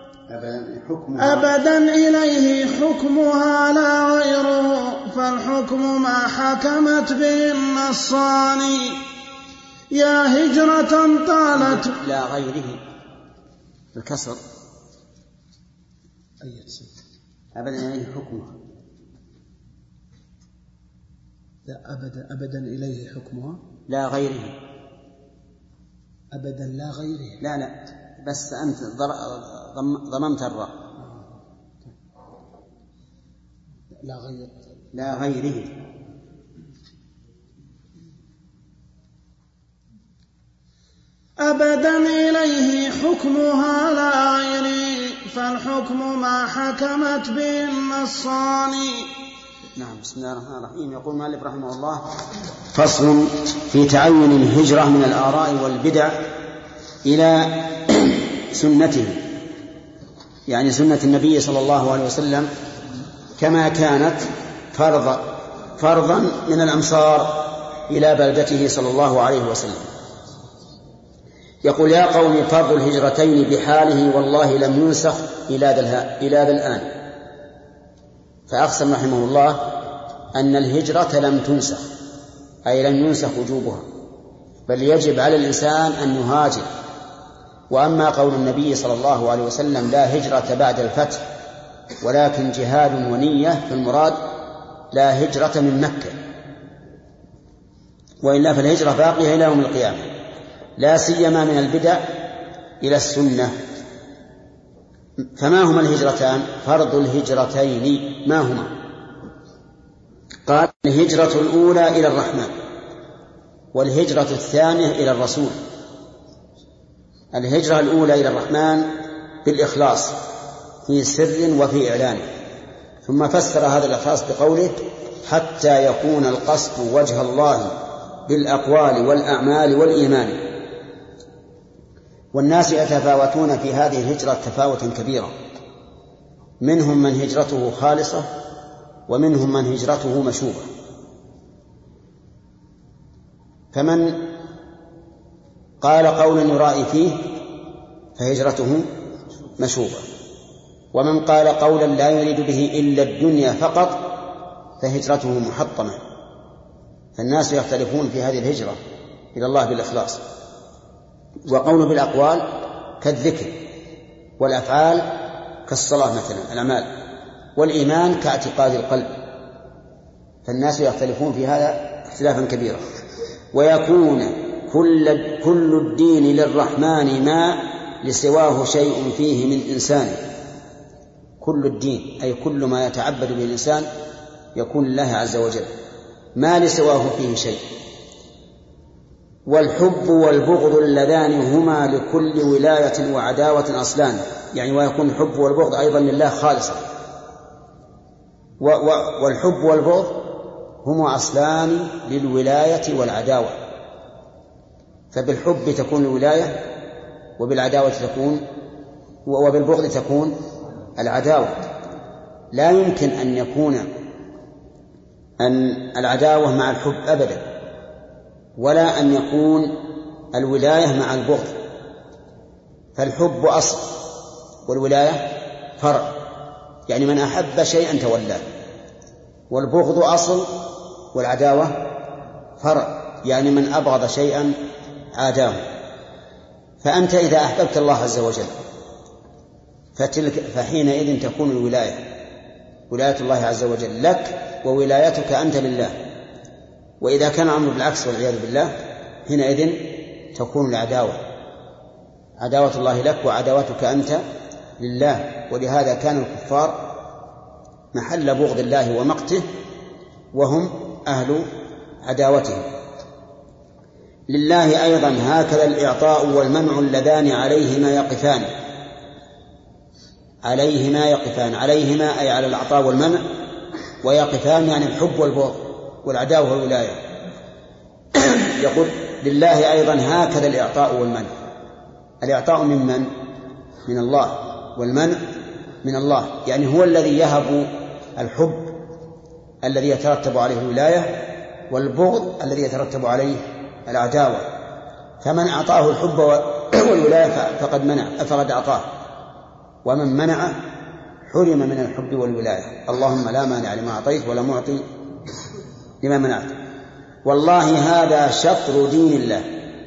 أبدا إليه حكمها لا غيره، فالحكم ما حكمت به النصان. يا هجرة طالت لا غيره الكسر أبدا إليه حكمها، لا أبدا إليه حكمها لا غيره، أبدا لا غيره، لا بس أنت ضممت الراء، لا غيره. أبدا إليه حكمها لا غيره، فالحكم ما حكمت به النصان. نعم. بسم الله الرحمن الرحيم. يقول المؤلف رحمه الله: فصل في تعين الهجرة من الآراء والبدع إلى سنته، يعني سنة النبي صلى الله عليه وسلم كما كانت فرضا من الأمصار إلى بلدته صلى الله عليه وسلم. يقول: يا قوم فرض الهجرتين بحاله والله لم ينسخ إلى ذا الآن. فأقسم رحمه الله أن الهجرة لم تنسخ، أي لم ينسخ وجوبها، بل يجب على الإنسان أن يهاجر. وأما قول النبي صلى الله عليه وسلم: لا هجرة بعد الفتح ولكن جهاد ونية، فالمراد لا هجرة من مكة، وإلا فالهجرة باقية إلى يوم القيامة، لا سيما من البدع إلى السنة. فما هما الهجرتان؟ فرض الهجرتين ما هما؟ قال: الهجرة الأولى إلى الرحمن، والهجرة الثانية إلى الرسول. الهجرة الأولى إلى الرحمن بالإخلاص في سر وفي إعلان، ثم فسر هذا الإخلاص بقوله: حتى يكون القصد وجه الله بالأقوال والأعمال والإيمان. والناس يتفاوتون في هذه الهجرة تفاوتا كبيرا، منهم من هجرته خالصة ومنهم من هجرته مشوبة. فمن قال قولا يرائي فيه فهجرته مشوبة، ومن قال قولا لا يريد به إلا الدنيا فقط فهجرته محطمة. فالناس يختلفون في هذه الهجرة إلى الله بالإخلاص. وقوله بالأقوال كالذكر، والأفعال كالصلاة مثلا الأعمال، والإيمان كاعتقاد القلب. فالناس يختلفون في هذا اختلافا كبيرا. ويكون كل الدين للرحمن ما لسواه شيء فيه من إنسان. كل الدين أي كل ما يتعبد به الإنسان يكون لله عز وجل، ما لسواه فيه شيء. والحب والبغض اللذان هما لكل ولاية وعداوة أصلان، يعني ويكون الحب والبغض أيضا لله خالصا. والحب والبغض هما أصلان للولاية والعداوة، فبالحب تكون الولاية، وبالعداوة وبالبغض تكون العداوة. لا يمكن أن يكون العداوة مع الحب أبدا، ولا أن يكون الولاية مع البغض. فالحب أصل والولاية فرع، يعني من أحب شيئا تولاه. والبغض أصل والعداوة فرع، يعني من أبغض شيئا عاداه. فأنت إذا أحببت الله عز وجل فحينئذ تكون ولاية الله عز وجل لك، وولايتك أنت لله. وإذا كان الأمر بالعكس والعياذ بالله حينئذ تكون العداوة، عداوة الله لك وعداوتك أنت لله. ولهذا كان الكفار محل بغض الله ومقته، وهم أهل عداوته. لله أيضا هكذا الإعطاء والمنع اللذان عليهما يقفان. عليهما يقفان، عليهما أي على العطاء والمنع، ويقفان يعني الحب والبغض والعداوة والولاية. يقول لله أيضا هكذا الإعطاء والمنع. الإعطاء من الله، والمنع من الله، يعني هو الذي يهب الحب الذي يترتب عليه الولاية، والبغض الذي يترتب عليه العداوة. فمن أعطاه الحب والولاية فقد أعطاه، ومن منع حرم من الحب والولاية. اللهم لا مانع لما أعطيت ولا معطي لما منعت. والله هذا شطر دين الله.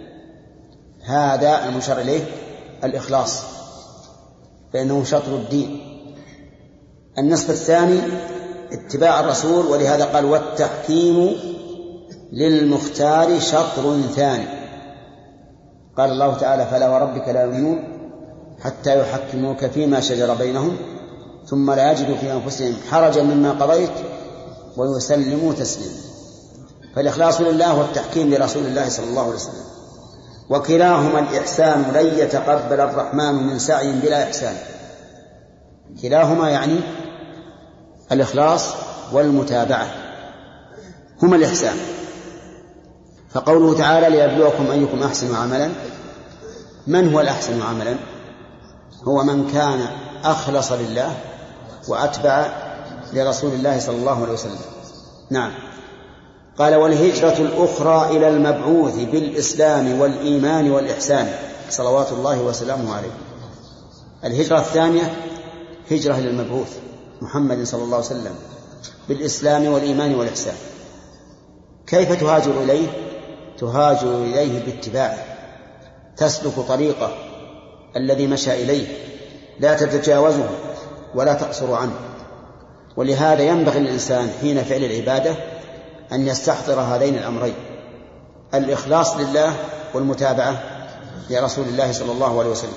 هذا المشار إليه الإخلاص، فإنه شطر الدين. النصف الثاني اتباع الرسول، ولهذا قال والتحكيم للمختار شطر ثاني. قال الله تعالى فلا وربك لا يؤمنون حتى يحكموك فيما شجر بينهم ثم لا يجدوا في أنفسهم حرجا مما قضيت ويسلموا تسليما. فالإخلاص لله والتحكيم لرسول الله صلى الله عليه وسلم. وكلاهما الإحسان، لن يتقبل الرحمن من سعي بلا إحسان. كلاهما يعني الإخلاص والمتابعة هما الإحسان. فقوله تعالى ليبلوكم أيكم أحسن عملا، من هو الأحسن عملا؟ هو من كان أخلص لله وأتبع لرسول الله صلى الله عليه وسلم. نعم. قال والهجرة الأخرى إلى المبعوث بالإسلام والإيمان والإحسان صلوات الله وسلامه عليه. الهجرة الثانية هجرة للمبعوث محمد صلى الله عليه وسلم بالإسلام والإيمان والإحسان. كيف تهاجر إليه؟ تهاجر إليه باتباعه، تسلك طريقه الذي مشى إليه، لا تتجاوزه ولا تقصر عنه. ولهذا ينبغي للإنسان حين فعل العبادة أن يستحضر هذين الأمرين: الإخلاص لله والمتابعة لرسول الله صلى الله عليه وسلم.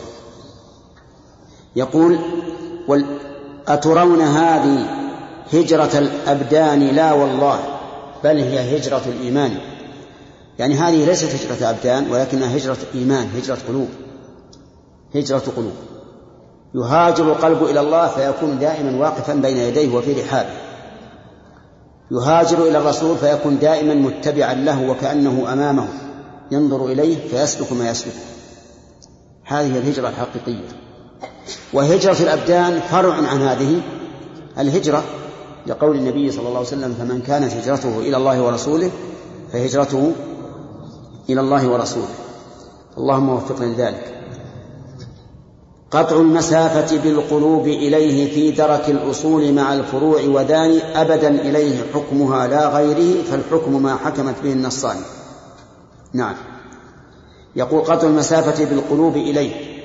يقول أترون هذه هجرة الأبدان؟ لا والله، بل هي هجرة الإيمان. يعني هذه ليست هجرة أبدان ولكنها هجرة إيمان، هجرة قلوب، هجرة قلوب. يهاجر القلب إلى الله فيكون دائما واقفا بين يديه وفي رحابه. يهاجر إلى الرسول فيكون دائما متبعا له وكأنه أمامه ينظر إليه فيسلك ما يسلك. هذه الهجرة الحقيقية. وهجرة الأبدان فرع عن هذه الهجرة، لقول النبي صلى الله عليه وسلم فمن كانت هجرته إلى الله ورسوله فهجرته إلى الله ورسوله. اللهم وفقنا لذلك. قطع المسافة بالقلوب إليه في درك الأصول مع الفروع ودان أبدا إليه حكمها لا غيره، فالحكم ما حكمت به النصان. نعم. يقول قطع المسافة بالقلوب إليه.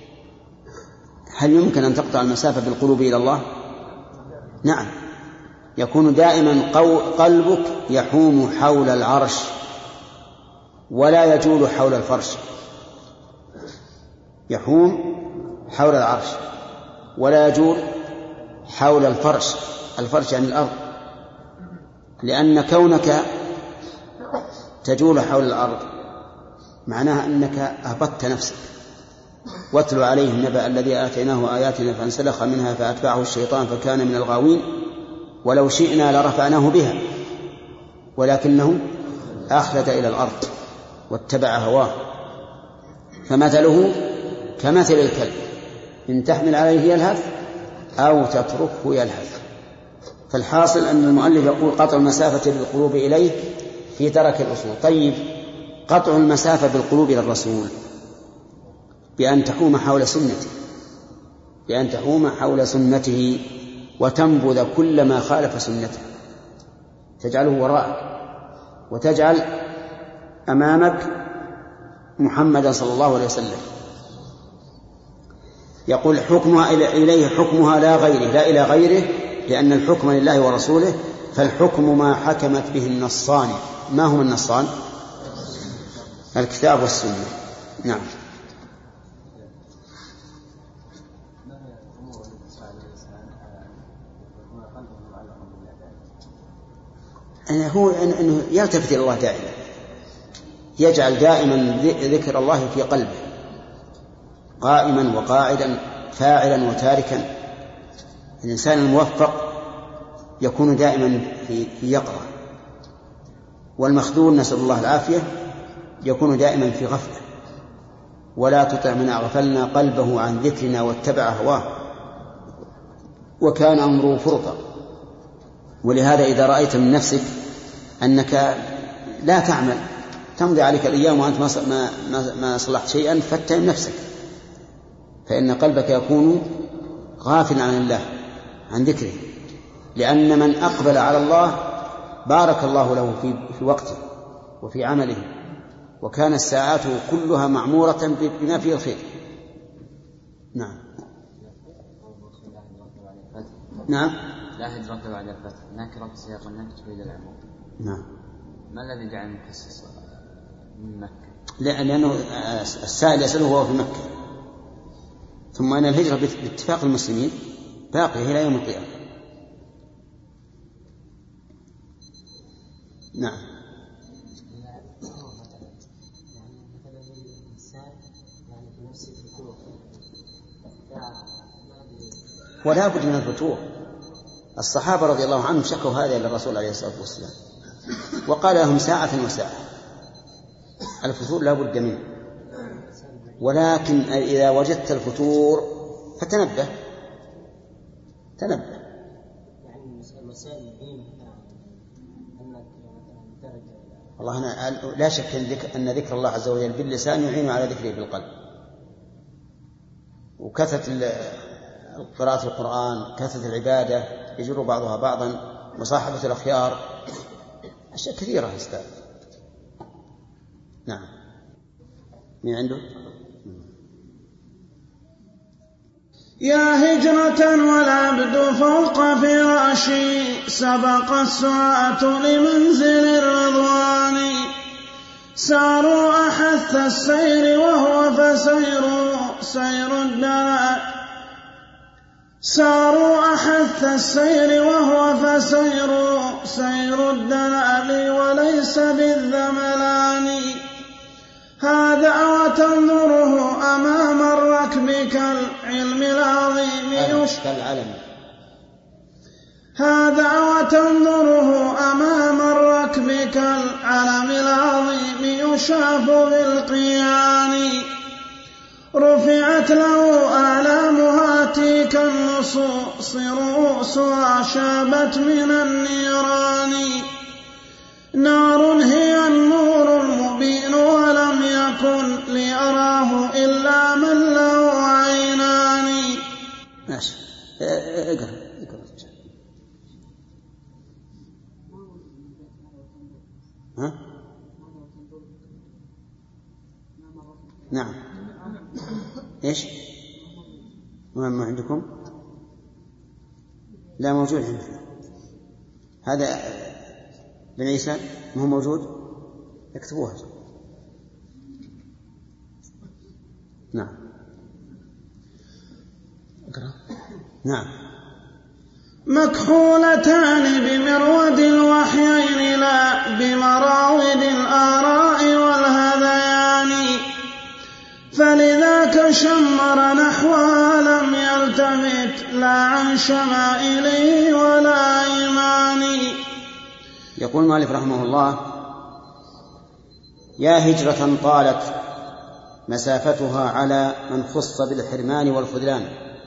هل يمكن أن تقطع المسافة بالقلوب إلى الله؟ نعم. يكون دائما قلبك يحوم حول العرش ولا يجول حول الفرش. يحوم حول العرش ولا يجول حول الفرش. الفرش يعني الأرض، لأن كونك تجول حول الأرض معناها أنك أهبطت نفسك. واتل عليه النبأ الذي آتيناه آياتنا فانسلخ منها فأتبعه الشيطان فكان من الغاوين ولو شئنا لرفعناه بها ولكنه أخلد إلى الأرض واتبع هواه فمثله كمثل الكلب إن تحمل عليه يلهث أو تتركه يلهث. فالحاصل أن المؤلف يقول قطع المسافة بالقلوب إليه في ترك الأصول. طيب، قطع المسافة بالقلوب إلى الرسول بأن تحوم حول سنته، بأن تحوم حول سنته وتنبذ كل ما خالف سنته، تجعله وراءك وتجعل أمامك محمدا صلى الله عليه وسلم. يقول حكمها إليه حكمها لا غيره، لا إلى غيره، لأن الحكم لله ورسوله، فالحكم ما حكمت به النصان. ما هما النصان؟ الكتاب والسنة. نعم. هو أنه يلتفت إلى الله دائما، يجعل دائما ذكر الله في قلبه، قائما وقاعدا، فاعلا وتاركا، الإنسان الموفق يكون دائما في يقظة، والمخذول نسأل الله العافية يكون دائما في غفلة. ولا تطع من أغفلنا قلبه عن ذكرنا واتبع هواه وكان أمره فرطا. ولهذا إذا رأيت من نفسك أنك لا تعمل، تمضي عليك الأيام وأنت ما صلحت شيئا، فاتهم نفسك، فإن قلبك يكون غافلا عن الله، عن ذكره، لأن من أقبل على الله بارك الله له في وقته وفي عمله، وكان الساعات كلها معمورة بما فيه الخير. نعم. نعم. لا هجرة بعد الفتح، نكرة في سياق النفي تفيد العموم. نعم. ما الذي جعل المخصص من مكة؟ لأنه السائل يسأله وهو في مكة، ثم أن الهجرة باتفاق المسلمين باقية إلى يوم القيامة. نعم. ولا بد من الفتور. الصحابة رضي الله عنهم شكوا هذا إلى الرسول عليه الصلاة والسلام وقال لهم ساعة وساعة. الفتور لا بد منه، ولكن إذا وجدت الفتور فتنبه. تنبه. والله أنا لا شك أن ذكر الله عز وجل باللسان يعين على ذكره بالقلب، وكثرة قراءة القرآن، كثرة العبادة يجر بعضها بعضا، مصاحبة الأخيار، أشياء كثيرة أستاذ. نعم. من عنده؟ يا هجرة والعبد فوق فراشي، سبق السعاة لمنزل الرضوان، ساروا أحث السير وهو فسير سير الدلال، ساروا أحث السير وهو فسير سير الدلال وليس بالذملان، هذا وتنظره أمام الركب كالعلم العظيم هذا وتنظره أمام الركب كالعلم العظيم يشاف بالقيان، رفعت له أعلامها تلك النصوص رؤوسها شابت من النيران، نار هي النور المبين ولم يكن ليراه إلا من له عينان. ماشي. اقرأ. ها؟ نعم. إيش؟ ما عندكم؟ لا موجود عندنا. هذا بن عيسى ما هو موجود، اكتبوها. نعم. اقرأ. نعم. مكحولتان بمرود الوحيين لا بمراود الآراء والهذيان، فلذاك شمر نحوها لم يلتفت لا عن شمائله ولا إيمان. يقول المؤلف رحمه الله: يا هجرة طالت مسافتها على من خص بالحرمان والخذلان،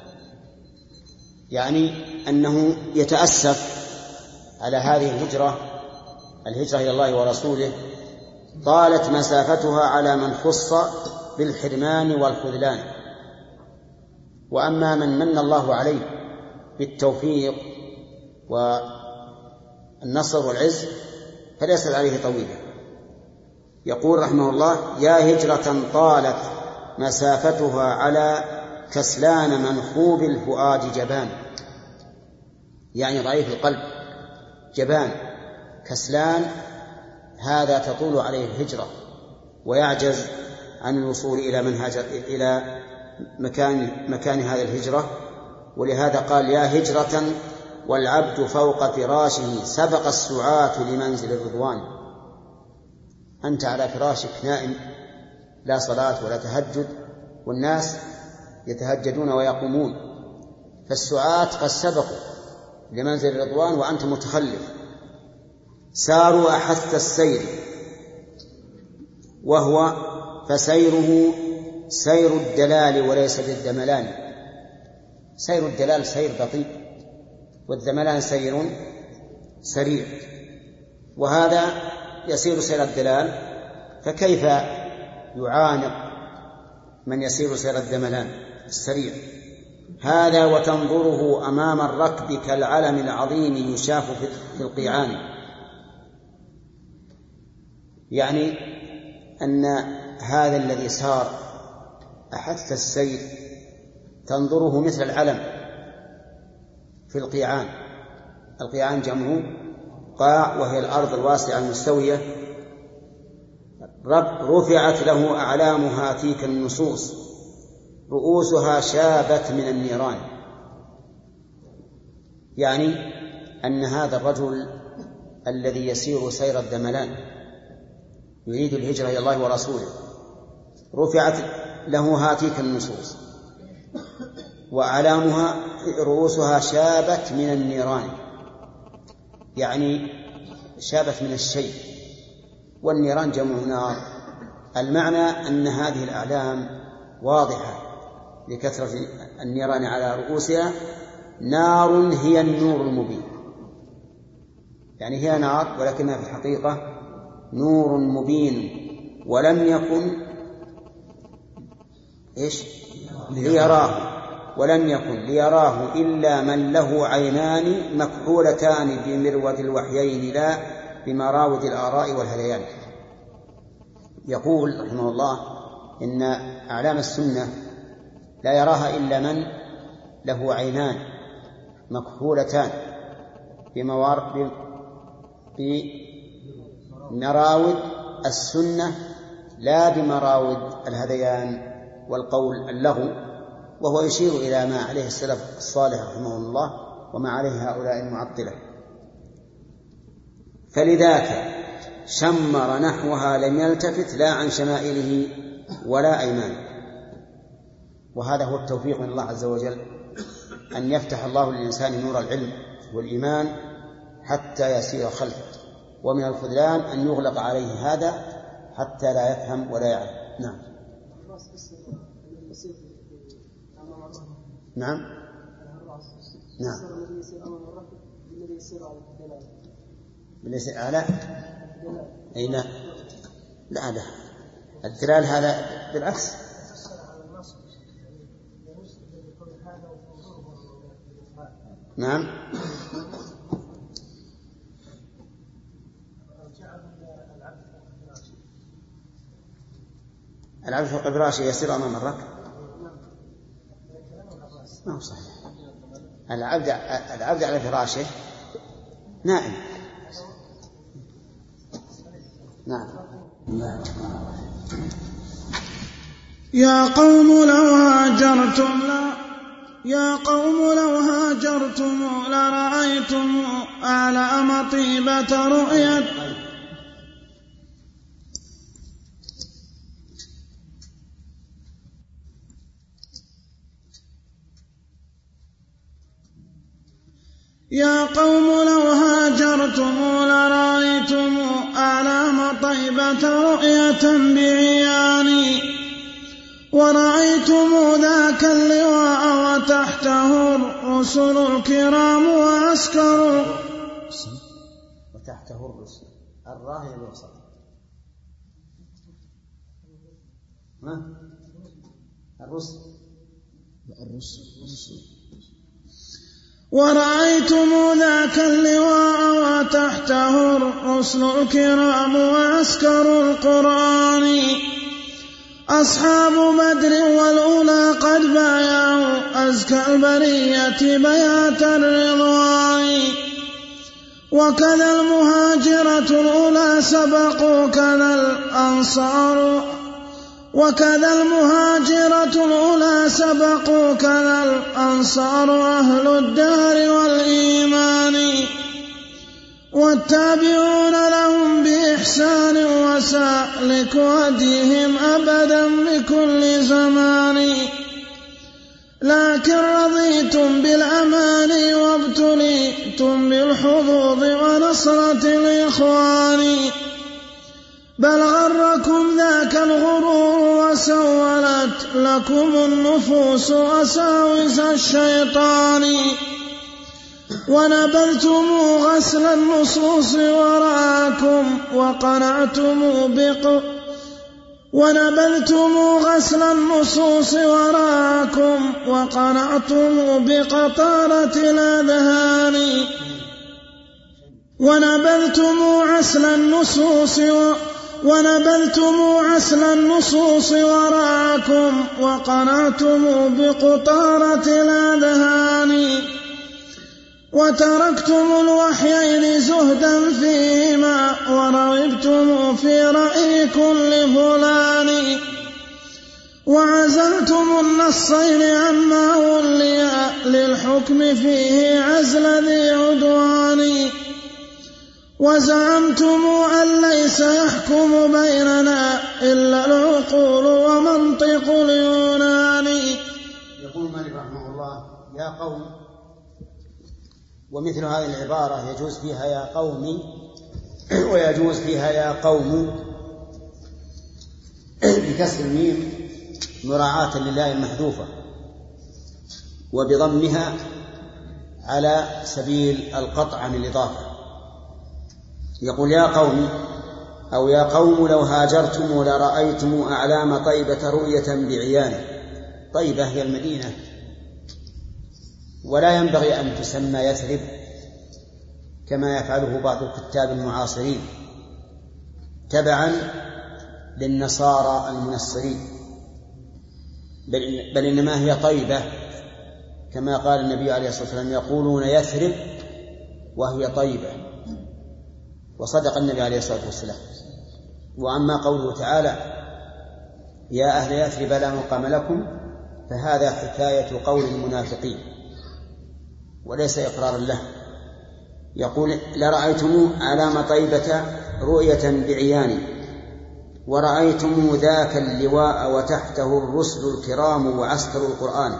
يعني أنه يتأسف على هذه الهجرة إلى الله ورسوله، طالت مسافتها على من خص بالحرمان والخذلان. وأما من من الله عليه بالتوفيق والنصر والعز فليس عليه طويلا. يقول رحمه الله: يا هجرة طالت مسافتها على كسلان منخوب الفؤاد جبان، يعني ضعيف القلب، جبان كسلان، هذا تطول عليه الهجرة ويعجز عن الوصول إلى مكان هذه الهجرة. ولهذا قال: يا هجرة والعبد فوق فراشه سبق السعاة لمنزل الرضوان. أنت على فراشك نائم، لا صلاة ولا تهجد، والناس يتهجدون ويقومون، فالسعاة قد سبقوا لمنزل الرضوان وأنت متخلف. ساروا أحث السير، وهو فسيره سير الدلال وليس بالدملان. سير الدلال سير بطيء، والدملان سير سريع، وهذا يسير سير الدلال، فكيف يعانق من يسير سير الدملان السريع؟ هذا وتنظره أمام الركب كالعلم العظيم يشاف في القيعان. يعني أن هذا الذي سار أحث السير تنظره مثل العلم في القيعان. القيعان جمعه قاع، وهي الأرض الواسعة المستوية رفعت له أعلامها تلك النصوص، رؤوسها شابت من النيران. يعني أن هذا الرجل الذي يسير سير الدملان يريد الهجرة إلى الله ورسوله رفعت له هاتيك النصوص وأعلامها رؤوسها شابت من النيران، يعني شابت من الشيء، والنيران جمع نار. المعنى أن هذه الأعلام واضحة لكثرة النيران على رؤوسها. نار هي النور المبين، يعني هي نار ولكنها في الحقيقة نور مبين، ولم يكن ليراه، ولم يكن ليراه إلا من له عينان مكحولتان بمرود الوحيين لا بمراود الآراء والهذيان. يقول رحمه الله إن أعلام السنة لا يراها إلا من له عينان مكحولتان بمراود السنة لا بمراود الهذيان والقول اللغو، وهو يشير إلى ما عليه السلف الصالح رحمه الله وما عليه هؤلاء المعطلة. فلذاك شمر نحوها لم يلتفت لا عن شمائله ولا أيمانه. وهذا هو التوفيق من الله عز وجل، أن يفتح الله للإنسان نور العلم والإيمان حتى يسير خلفه، ومن الخذلان أن يغلق عليه هذا حتى لا يفهم ولا يعلم. نعم نعم نعم بالذي على أي لا لا لا الدلال هذا بالعكس. نعم العبد فوق فراشه يسير أمام الركب، ما هو صحيح. العبد على فراشه نائم. نعم. يا قوم لو هاجرتم لرأيتم أعلام طيبة رؤية. يا قوم لو هاجرتم لرأيتم أعلام طيبة رؤية بعياني، ورأيتم ذاك اللواء وتحته الرسل الكرام وعسكر وتحته الرسل الراهي الوسط. الرسل ورأيتم ذاك اللواء وتحته الرسل الكرام وعسكر القرآن، أصحاب بدر والأولى قد بايعوا أزكى البرية بيات الرضوان، وكذا المهاجرة الأولى سبقوا كذا الأنصار، وكذا المهاجرة الأولى سبقوا كذا الأنصار أهل الدار والإيمان، والتابعون لهم بإحسان وسالك هديهم أبدا بكل زمان. لكن رضيت رضيتم بالأماني وابتليتم بالحظوظ ونصرة الإخوان بل غركم ذاك الغرور وسولت لكم النفوس وساوس الشيطان ونبذتم غسل النصوص وراءكم وقنعتم بقطارة الأذهان ونبذتم عسل النصوص وراءكم وقنعتم بقطارة الأذهان وتركتم الوحيين زهدا فيهما ورغبتم في رأي كل فلان وعزلتم النصين عما ولي للحكم فيه عزل ذي عدوان وزعمتم أن ليس يحكم بيننا إلا العقول ومنطق اليونان. يقول مالك رحمه الله يا قوم، ومثل هذه العبارة يجوز فيها يا قوم ويجوز فيها يا قوم بكسر الميم مراعاة لله المحذوفة وبضمها على سبيل القطع عن الإضافة. يقول يا قوم أو يا قوم لو هاجرتم لرأيتم أعلام طيبة رؤية بعيانه. طيبة هي المدينة، ولا ينبغي أن تسمى يثرب كما يفعله بعض الكتاب المعاصرين تبعا للنصارى المنصرين، بل إنما هي طيبة كما قال النبي عليه الصلاة والسلام يقولون يثرب وهي طيبة، وصدق النبي عليه الصلاة والسلام. وأما قوله تعالى يا أهل يثرب لا مقام لكم فهذا حكاية قول المنافقين وليس إقرارا له. يقول لرأيتم علام طيبة رؤية بعيان ورأيتم ذاك اللواء وتحته الرسل الكرام وعسكر القرآن.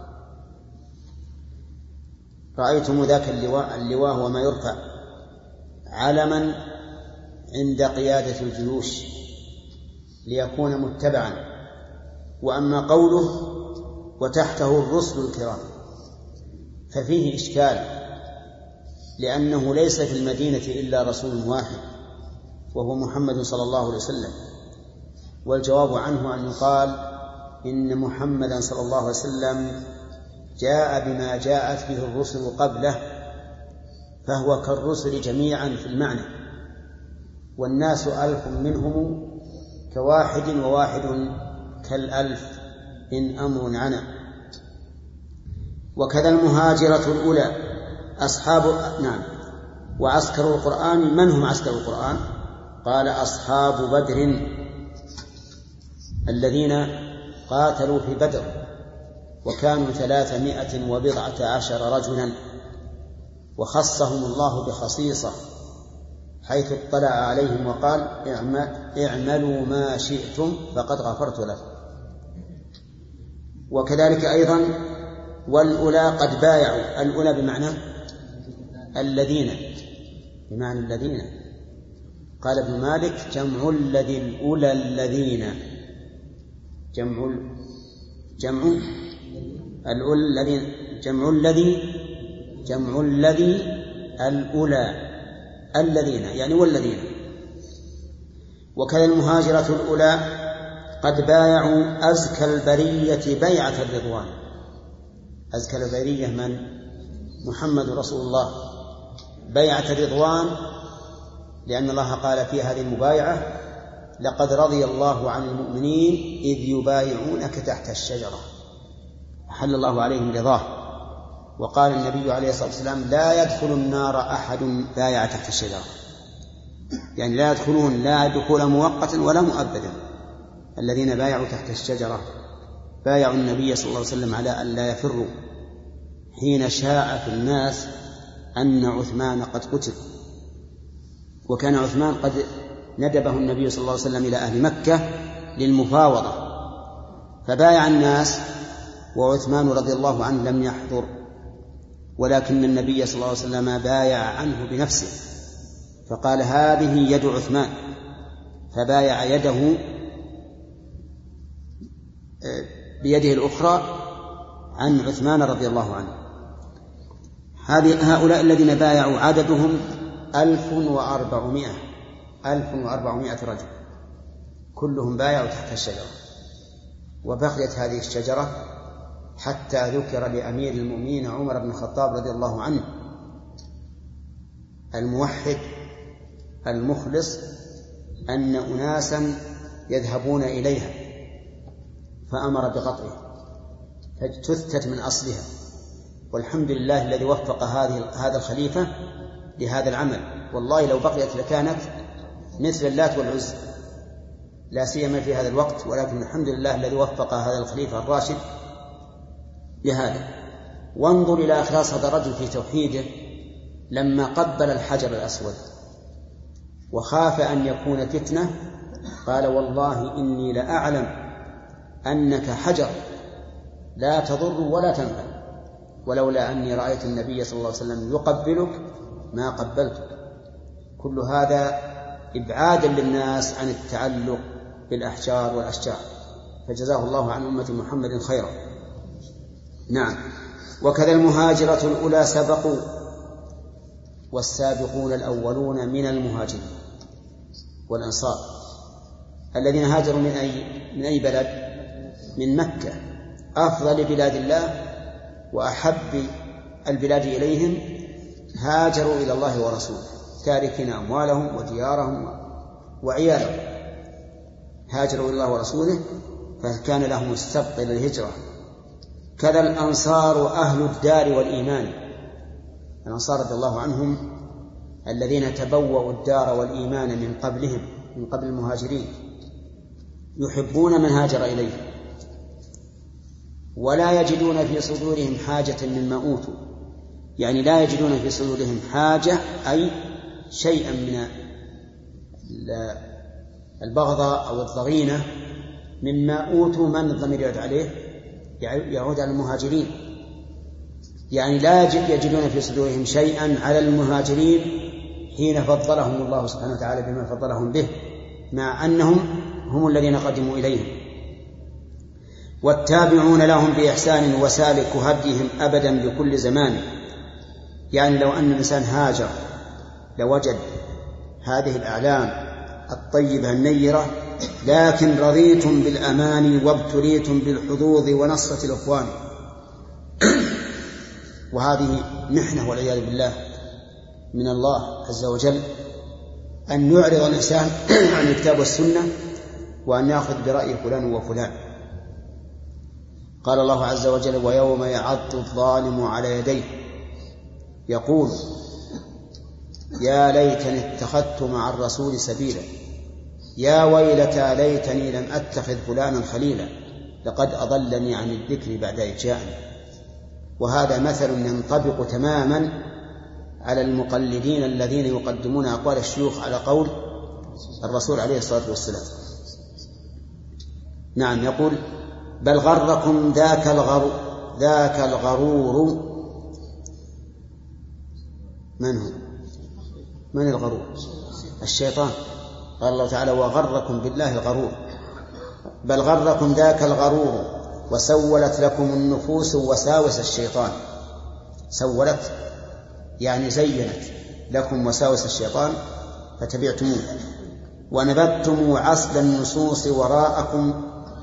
رأيتم ذاك اللواء هو ما يرفع علما عند قيادة الجيوش ليكون متبعا. وأما قوله وتحته الرسل الكرام ففيه إشكال، لأنه ليس في المدينة إلا رسول واحد وهو محمد صلى الله عليه وسلم، والجواب عنه أن يقال إن محمدا صلى الله عليه وسلم جاء بما جاءت به الرسل قبله، فهو كالرسل جميعا في المعنى، والناس ألف منهم كواحد وواحد كالألف إن أمر عنا. وكذا المهاجرة الأولى وعسكر القرآن. من هم عسكر القرآن؟ قال أصحاب بدر الذين قاتلوا في بدر وكانوا 319 رجلا، وخصهم الله بخصيصة حيث اطلع عليهم وقال اعملوا ما شئتم فقد غفرت لكم. وكذلك أيضا والأولى قد بايعوا. الأولى بمعنى الذين، بمعنى الذين. قال ابن مالك جمع الذي الأولى الذين، جمع الأولى الذين، جمع الذي الأولى الذين يعني والذين. وكذا المهاجرة الأولى قد بايعوا أزكى البرية بيعة الرضوان. أزكى البرية من؟ محمد رسول الله. بيعة الرضوان لأن الله قال في هذه المبايعة لقد رضي الله عن المؤمنين إذ يبايعونك تحت الشجرة، أحل الله عليهم رضاه. وقال النبي عليه الصلاة والسلام لا يدخل النار أحد بايع تحت الشجرة، يعني لا يدخلون لا دخول مؤقتا ولا مؤبدا. الذين بايعوا تحت الشجرة بايعوا النبي صلى الله عليه وسلم على أن لا يفروا حين شاع في الناس أن عثمان قد قتل، وكان عثمان قد ندبه النبي صلى الله عليه وسلم إلى أهل مكة للمفاوضة، فبايع الناس وعثمان رضي الله عنه لم يحضر ولكن النبي صلى الله عليه وسلم بايع عنه بنفسه فقال هذه يد عثمان، فبايع يده بيده الأخرى عن عثمان رضي الله عنه. هؤلاء الذين بايعوا عددهم 1400 رجل، كلهم بايعوا تحت الشجرة. وبقيت هذه الشجرة حتى ذكر لأمير المؤمنين عمر بن الخطاب رضي الله عنه الموحد المخلص أن أناسا يذهبون إليها فأمر بقطعها فتثت من أصلها. والحمد لله الذي وفق هذا الخليفة لهذا العمل، والله لو بقيت لكانت مثل اللات والعزى لا سيما في هذا الوقت، ولكن الحمد لله الذي وفق هذا الخليفة الراشد لهذا. وانظر إلى إخلاص هذا الرجل في توحيده لما قبل الحجر الأسود وخاف أن يكون فتنة قال والله إني لأعلم أنك حجر لا تضر ولا تنفع، ولولا أني رأيت النبي صلى الله عليه وسلم يقبلك ما قبلتك. كل هذا إبعادا للناس عن التعلق بالأحجار والأشجار، فجزاه الله عن أمة محمد خيرا. نعم. وكذا المهاجرة الأولى سبقوا والسابقون الأولون من المهاجرين والأنصار الذين هاجروا من أي بلد؟ من مكة، أفضل بلاد الله وأحب البلاد إليهم، هاجروا إلى الله ورسوله تاركين أموالهم وديارهم وعيالهم، هاجروا إلى الله ورسوله فكان لهم السبق إلى الهجرة. كذا الأنصار أهل الدار والإيمان، الأنصار رضي الله عنهم الذين تبوأوا الدار والإيمان من قبلهم، من قبل المهاجرين، يحبون من هاجر إليهم ولا يجدون في صدورهم حاجة مما أوتوا، يعني لا يجدون في صدورهم حاجة أي شيئا من البغضاء أو الضغينة مما أوتوا. من الضمير يعود عليه؟ يعود على المهاجرين، يعني لا يجدون في صدورهم شيئا على المهاجرين حين فضلهم الله سبحانه وتعالى بما فضلهم به، مع أنهم هم الذين قدموا إليهم. والتابعون لهم بإحسان وسالك هديهم أبدا بكل زمان، يعني لو أن الإنسان هاجر لوجد هذه الأعلام الطيبة النيرة، لكن رضيتم بالأمان وابتليتم بالحظوظ ونصرة الإخوان. وهذه محنة والعياذ بالله من الله عز وجل أن يعرض الإنسان عن الكتاب والسنة وأن يأخذ برأي فلان وفلان. قال الله عز وجل ويوم يعض الظالم على يديه يقول يا ليتني اتخذت مع الرسول سبيلا يا ويلتى ليتني لم أتخذ فلانا خليلا لقد أضلني عن الذكر بعد إذ جاءني. وهذا مثل ينطبق تماما على المقلدين الذين يقدمون أقوال الشيوخ على قول الرسول عليه الصلاة والسلام. نعم. يقول بل غركم ذاك الغرور. من هو؟ من الغرور؟ الشيطان. قال الله تعالى وغركم بالله الغرور. بل غركم ذاك الغرور وسولت لكم النفوس وساوس الشيطان. سولت يعني زينت لكم وساوس الشيطان فتبعتموه ونبذتم عسل النصوص وراءكم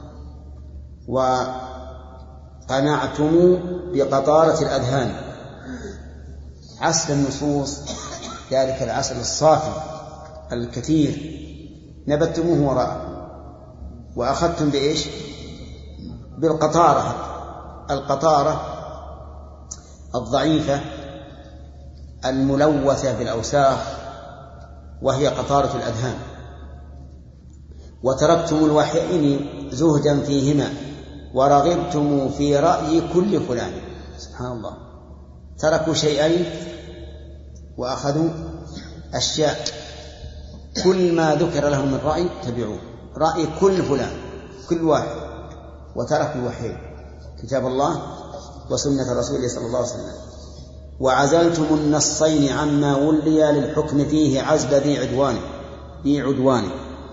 وقنعتم بقطارة الأذهان. عسل النصوص ذلك العسل الصافي الكثير نبذتموه وراء وأخذتم بإيش؟ بالقطارة. القطارة الضعيفة الملوثة بالأوساخ وهي قطارة الأذهان. وتركتم الوحيين زهدا فيهما ورغبتم في رأي كل فلان. سبحان الله، تركوا شيئين وأخذوا أشياء، كل ما ذكر لهم من رأي تبعوه، رأي كل فلان كل واحد، وتركوا الوحيين كتاب الله وسنة رسوله صلى الله عليه وسلم. وعزلتم النصين عما ولي للحكم فيه عزل ذي عدوان.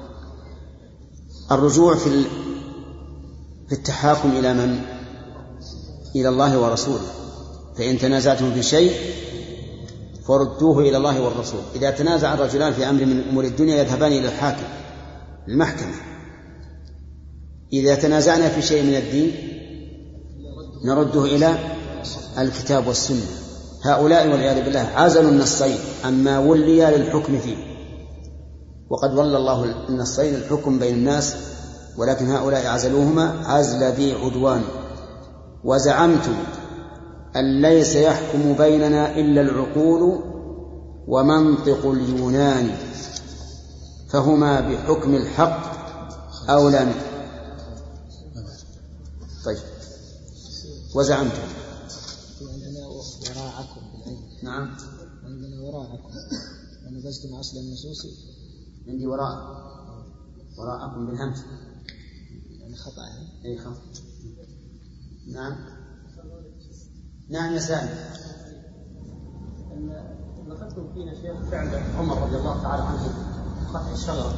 الرجوع في التحاكم إلى من؟ إلى الله ورسوله. فإن تنازعتم في شيء فردوه إلى الله والرسول. إذا تنازع الرجلان في أمر من أمور الدنيا يذهبان إلى الحاكم المحكمة. إذا تنازعنا في شيء من الدين نرده إلى الكتاب والسنة. هؤلاء والعياذ بالله عزلوا النصين عما ولي للحكم فيه، وقد ولى الله النصين الحكم بين الناس، ولكن هؤلاء عزلوهما عزل ذي عدوان. وزعمتم أن ليس يحكم بيننا إلا العقول ومنطق اليونان فهما بحكم الحق أولى منه. طيب وزعمتم عندنا وراءكم بالعين. نعم عندنا وراءكم ونبذتم أصل النصوص. عندي وراءكم بالهمس يعني خطأ. أي خطأ. نعم يا سالم. ذكرتم فينا شيخ فعل عمر رضي الله تعالى عنه قطع الشجرة،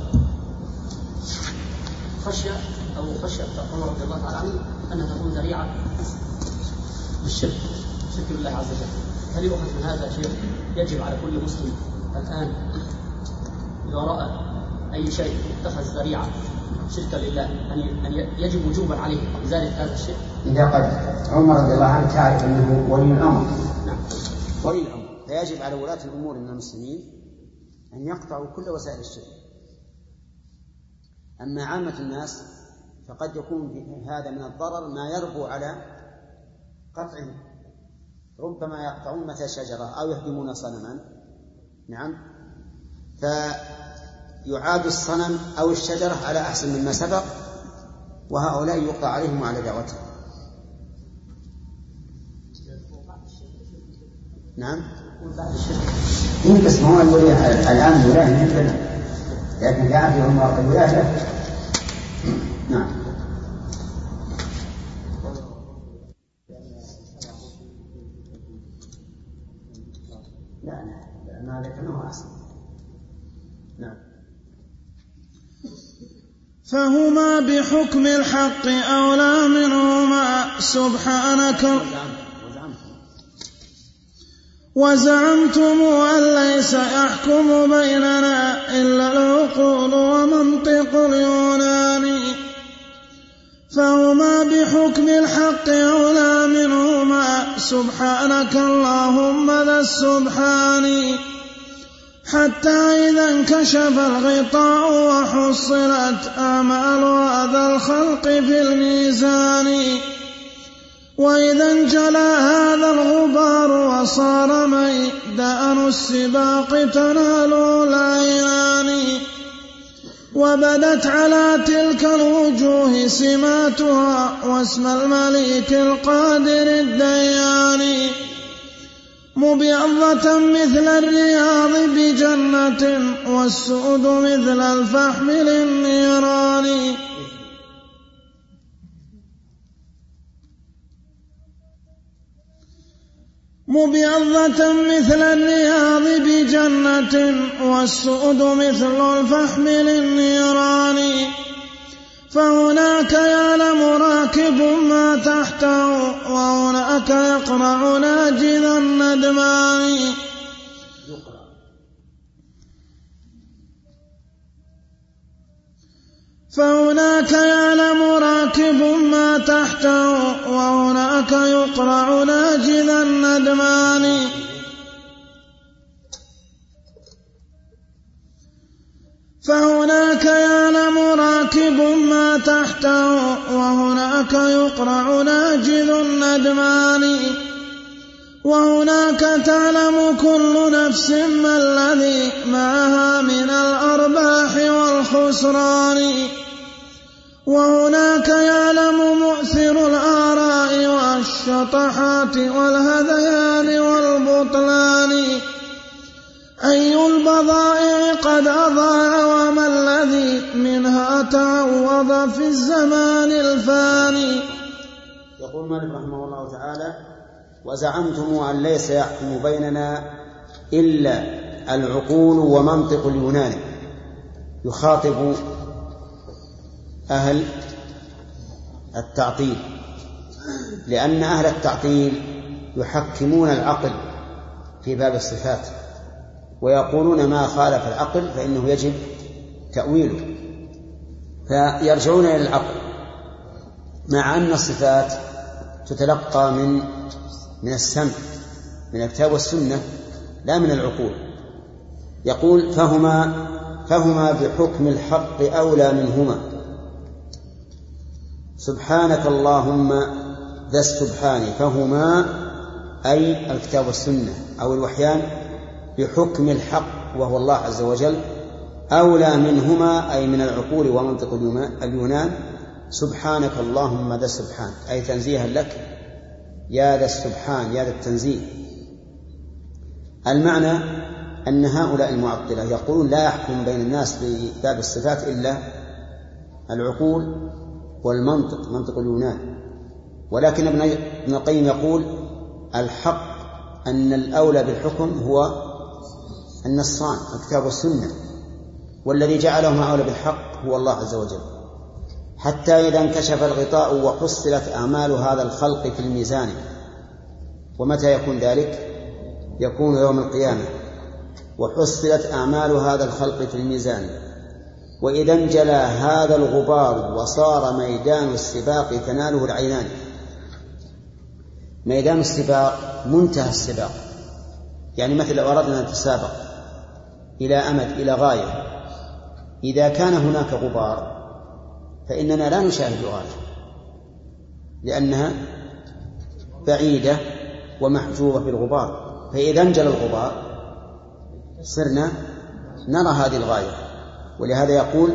خشية عمر رضي الله تعالى عنه أنها تكون ذريعة بالشرك بالله عز وجل. هل يؤخذ من هذا شيء يجب على كل مسلم الآن إذا رأى أي شيء اتخذ ذريعة شركا لله أن يجب وجوبا عليه لذلك هذا الشيء؟ إذا قد عمر رضي الله عنه تعرف أنه ولي الأمر. نعم ولي الأمر، فيجب على ولاة الأمور من المسلمين أن يقطعوا كل وسائل الشرك. أما عامة الناس فقد يكون هذا من الضرر ما يربو على قطعه، ربما يقطعون مثل شجرة أو يهدمون صنما. نعم فيعاد الصنم أو الشجرة على أحسن مما سبق، وهؤلاء يقطع عليهم على دعوتهم. نعم بس هو الآن الولاية عندنا، لكن كان فيهم الولاية. نعم لا ما ذكرناه أحسن. نعم فهما بحكم الحق أولى منهما سبحانك. وزعمتم أن ليس يحكم بيننا إلا العقول ومنطق اليونان فهما بحكم الحق أولى منهما سبحانك اللهم ذا السبحان. حتى إذا انكشف الغطاء وحصلت آمال هذا الخلق في الميزان، وإذا انجلى هذا الغبار وصار ميدان السباق تناله العيان، وبدت على تلك الوجوه سماتها واسم المليك القادر الديان، مبيضة مثل الرياض بجنة والسؤد مثل الفحم للنيران. مبيضة مثل الرياض بجنة والسؤد مثل الفحم للنيران، فهناك يعلم راكب ما تحته وهناك يقرع ناجذ الندمان. فهناك يعلم راكب ما تحته وهناك يقرع ناجذ الندمان. فهناك يعلم راكب ما تحته وهناك يقرع ناجذ الندمان، وهناك تعلم كل نفس ما الذي معها من الأرباح والخسران، وهناك يعلم مؤثر الآراء والشطحات والهذيان والبطلان، أي البضائع قد أضاع وما الذي منها تعوض في الزمان الفاني. يقول مالك رحمه الله تعالى وزعمتم أن ليس يحكم بيننا إلا العقول ومنطق اليونان. يخاطب أهل التعطيل، لأن أهل التعطيل يحكمون العقل في باب الصفات، ويقولون ما خالف العقل فإنه يجب تأويله، فيرجعون إلى العقل، مع أن الصفات تتلقى من السمع، من الكتاب والسنة، لا من العقول. يقول فهما بحكم الحق أولى منهما. سبحانك اللهم ذا السبحان، فهما أي الكتاب والسنة أو الوحيان بحكم الحق وهو الله عز وجل أولى منهما، أي من العقول ومنطق اليونان. سبحانك اللهم ذا السبحان، أي تنزيها لك يا ذا السبحان، يا ذا التنزيه. المعنى أن هؤلاء المعطلة يقولون لا يحكم بين الناس في باب الصفات إلا العقول والمنطق، منطق اليونان. ولكن ابن القيم يقول الحق أن الأولى بالحكم هو النصان، الكتاب والسنة، والذي جعلهم أولى بالحق هو الله عز وجل. حتى إذا انكشف الغطاء وحصلت أعمال هذا الخلق في الميزان. ومتى يكون ذلك؟ يكون يوم القيامة، وحصلت أعمال هذا الخلق في الميزان. وإذا انجلى هذا الغبار وصار ميدان السباق تناله العينان. ميدان السباق منتهى السباق، يعني مثل لو أردنا أن نتسابق إلى أمد، إلى غاية، إذا كان هناك غبار فإننا لا نشاهد الغاية لأنها بعيدة ومحجوبة بالغبار. فإذا انجلى الغبار صرنا نرى هذه الغاية. ولهذا يقول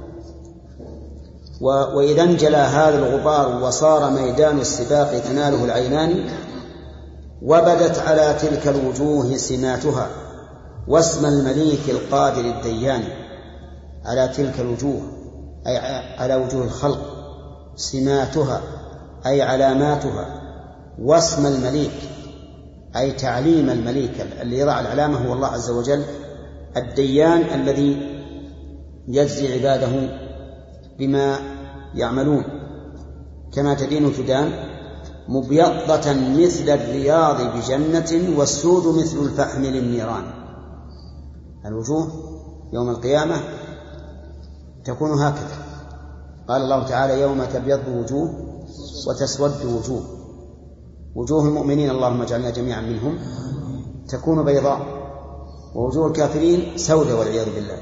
وإذا انجلى هذا الغبار وصار ميدان السباق تناله العينان وبدت على تلك الوجوه سماتها واسم المليك القادر الديان. على تلك الوجوه أي على وجوه الخلق، سماتها أي علاماتها، واسم المليك أي تعليم المليك الذي يضع العلامة هو الله عز وجل، الديان الذي يجزي عباده بما يعملون. كما تدين تدان، مبيضة مثل الرياض بجنة والسود مثل الفحم للنيران. الوجوه يوم القيامة تكون هكذا. قال الله تعالى يوم تبيض وجوه وتسود وجوه. وجوه المؤمنين اللهم اجعلنا جميعا منهم تكون بيضاء، ووجوه الكافرين سوداء والعياذ بالله،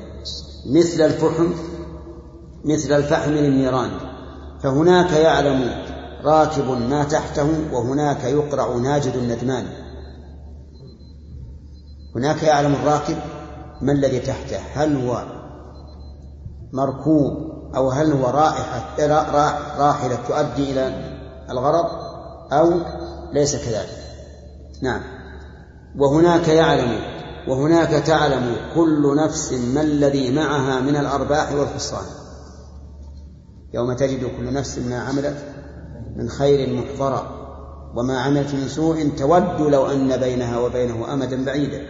مثل الفحم للنيران. فهناك يعلم راكب ما تحته، وهناك يقرع ناجد الندمان. هناك يعلم الراكب ما الذي تحته، هل هو مركوب أو هل هو راحلة تؤدي إلى الغرض أو ليس كذلك. نعم. وهناك تعلم كل نفس ما الذي معها من الأرباح والخسران. يوم تجد كل نفس ما عملت من خير محضرا وما عملت من سوء تود لو أن بينها وبينه أمدا بعيدا.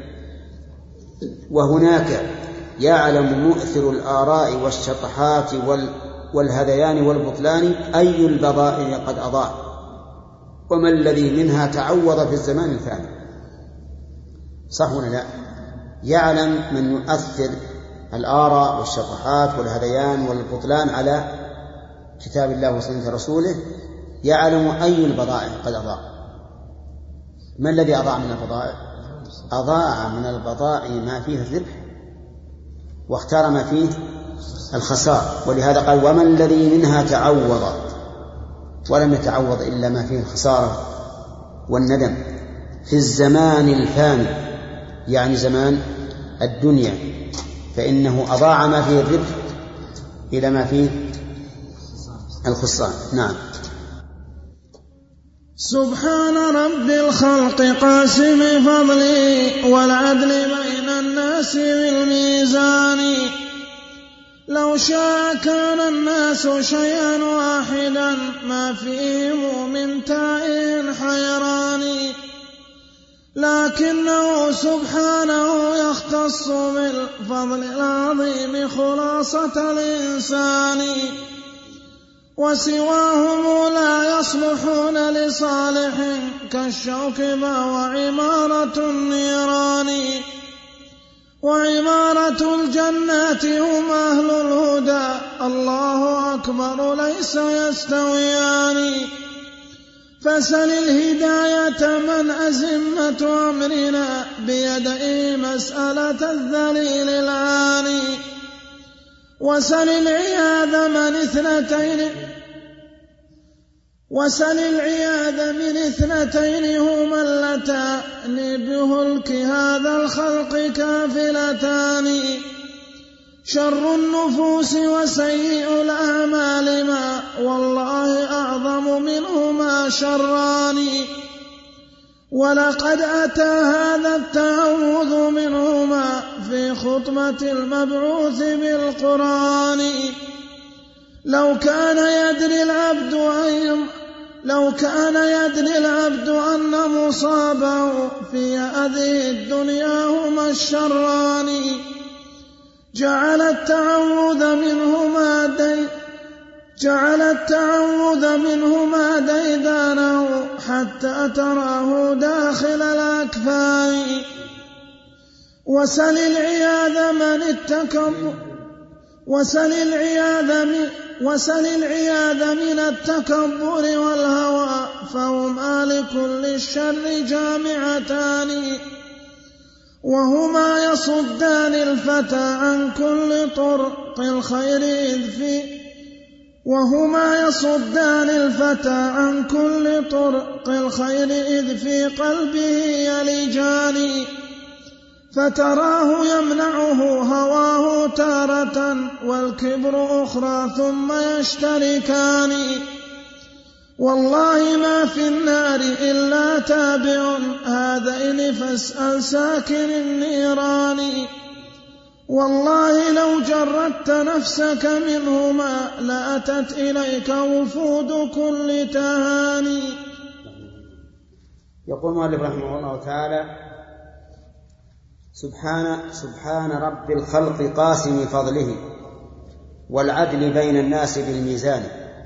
وهناك يعلم مؤثر الآراء والشطحات والهذيان والبطلان أي البضائع قد أضاع وما الذي منها تعوض في الزمان الفاني. صح ولا لا؟ يعلم من يؤثر الآراء والشطحات والهذيان والبطلان على كتاب الله وسنة رسوله، يعلم أي البضائع قد أضاع. ما الذي أضاع من البضائع؟ أضاع من البضائع ما فيه الربح، واختار ما فيه الخسار. ولهذا قال وما الذي منها تعوض، ولم يتعوض إلا ما فيه الخسارة والندم في الزمان الفاني، يعني زمان الدنيا، فإنه أضاع ما فيه الربح إلى ما فيه الخسران. نعم. سبحان رب الخلق قاسم فضلي والعدل بين الناس بالميزان. لو شاء كان الناس شيئا واحدا ما فيهم من تائه حيران. لكنه سبحانه يختص بالفضل العظيم خلاصة الإنسان، وسواهم لا يصلحون لصالح كالشوك فهو عمارة النيران، وعمارة الجنات هم أهل الهدى الله أكبر ليس يستويان. فسل الهداية من أزمة أمرنا بيده مسألة الذليل العاني، وسل العياذ من اثنتين هما اللتان بهلك هذا الخلق كافلتان، شر النفوس وسيء الأعمال ما والله أعظم منهما شران، ولقد أتى هذا التعوذ منهما في خطبة المبعوث بالقرآن. لو كان يدري العبد أن مصابه في هذه الدنيا هما الشران، جعل التعوذ منهما ديدانه حتى تراه داخل الأكفان. وسل العياذ من التكبر والهوى فهما لكل الشر جامعتان، وهما يصدان الفتى عن كل طرق الخير إذ في قلبه يلجان، فتراه يمنعه هواه تارة والكبر أخرى ثم يشتركان. والله ما في النار إلا تابع هذين فاسأل ساكن النيران، والله لو جردت نفسك منهما لأتت إليك وفود كل تهاني. يقول المؤلف رحمه الله تعالى: سبحان رب الخلق قاسم فضله والعدل بين الناس بالميزان،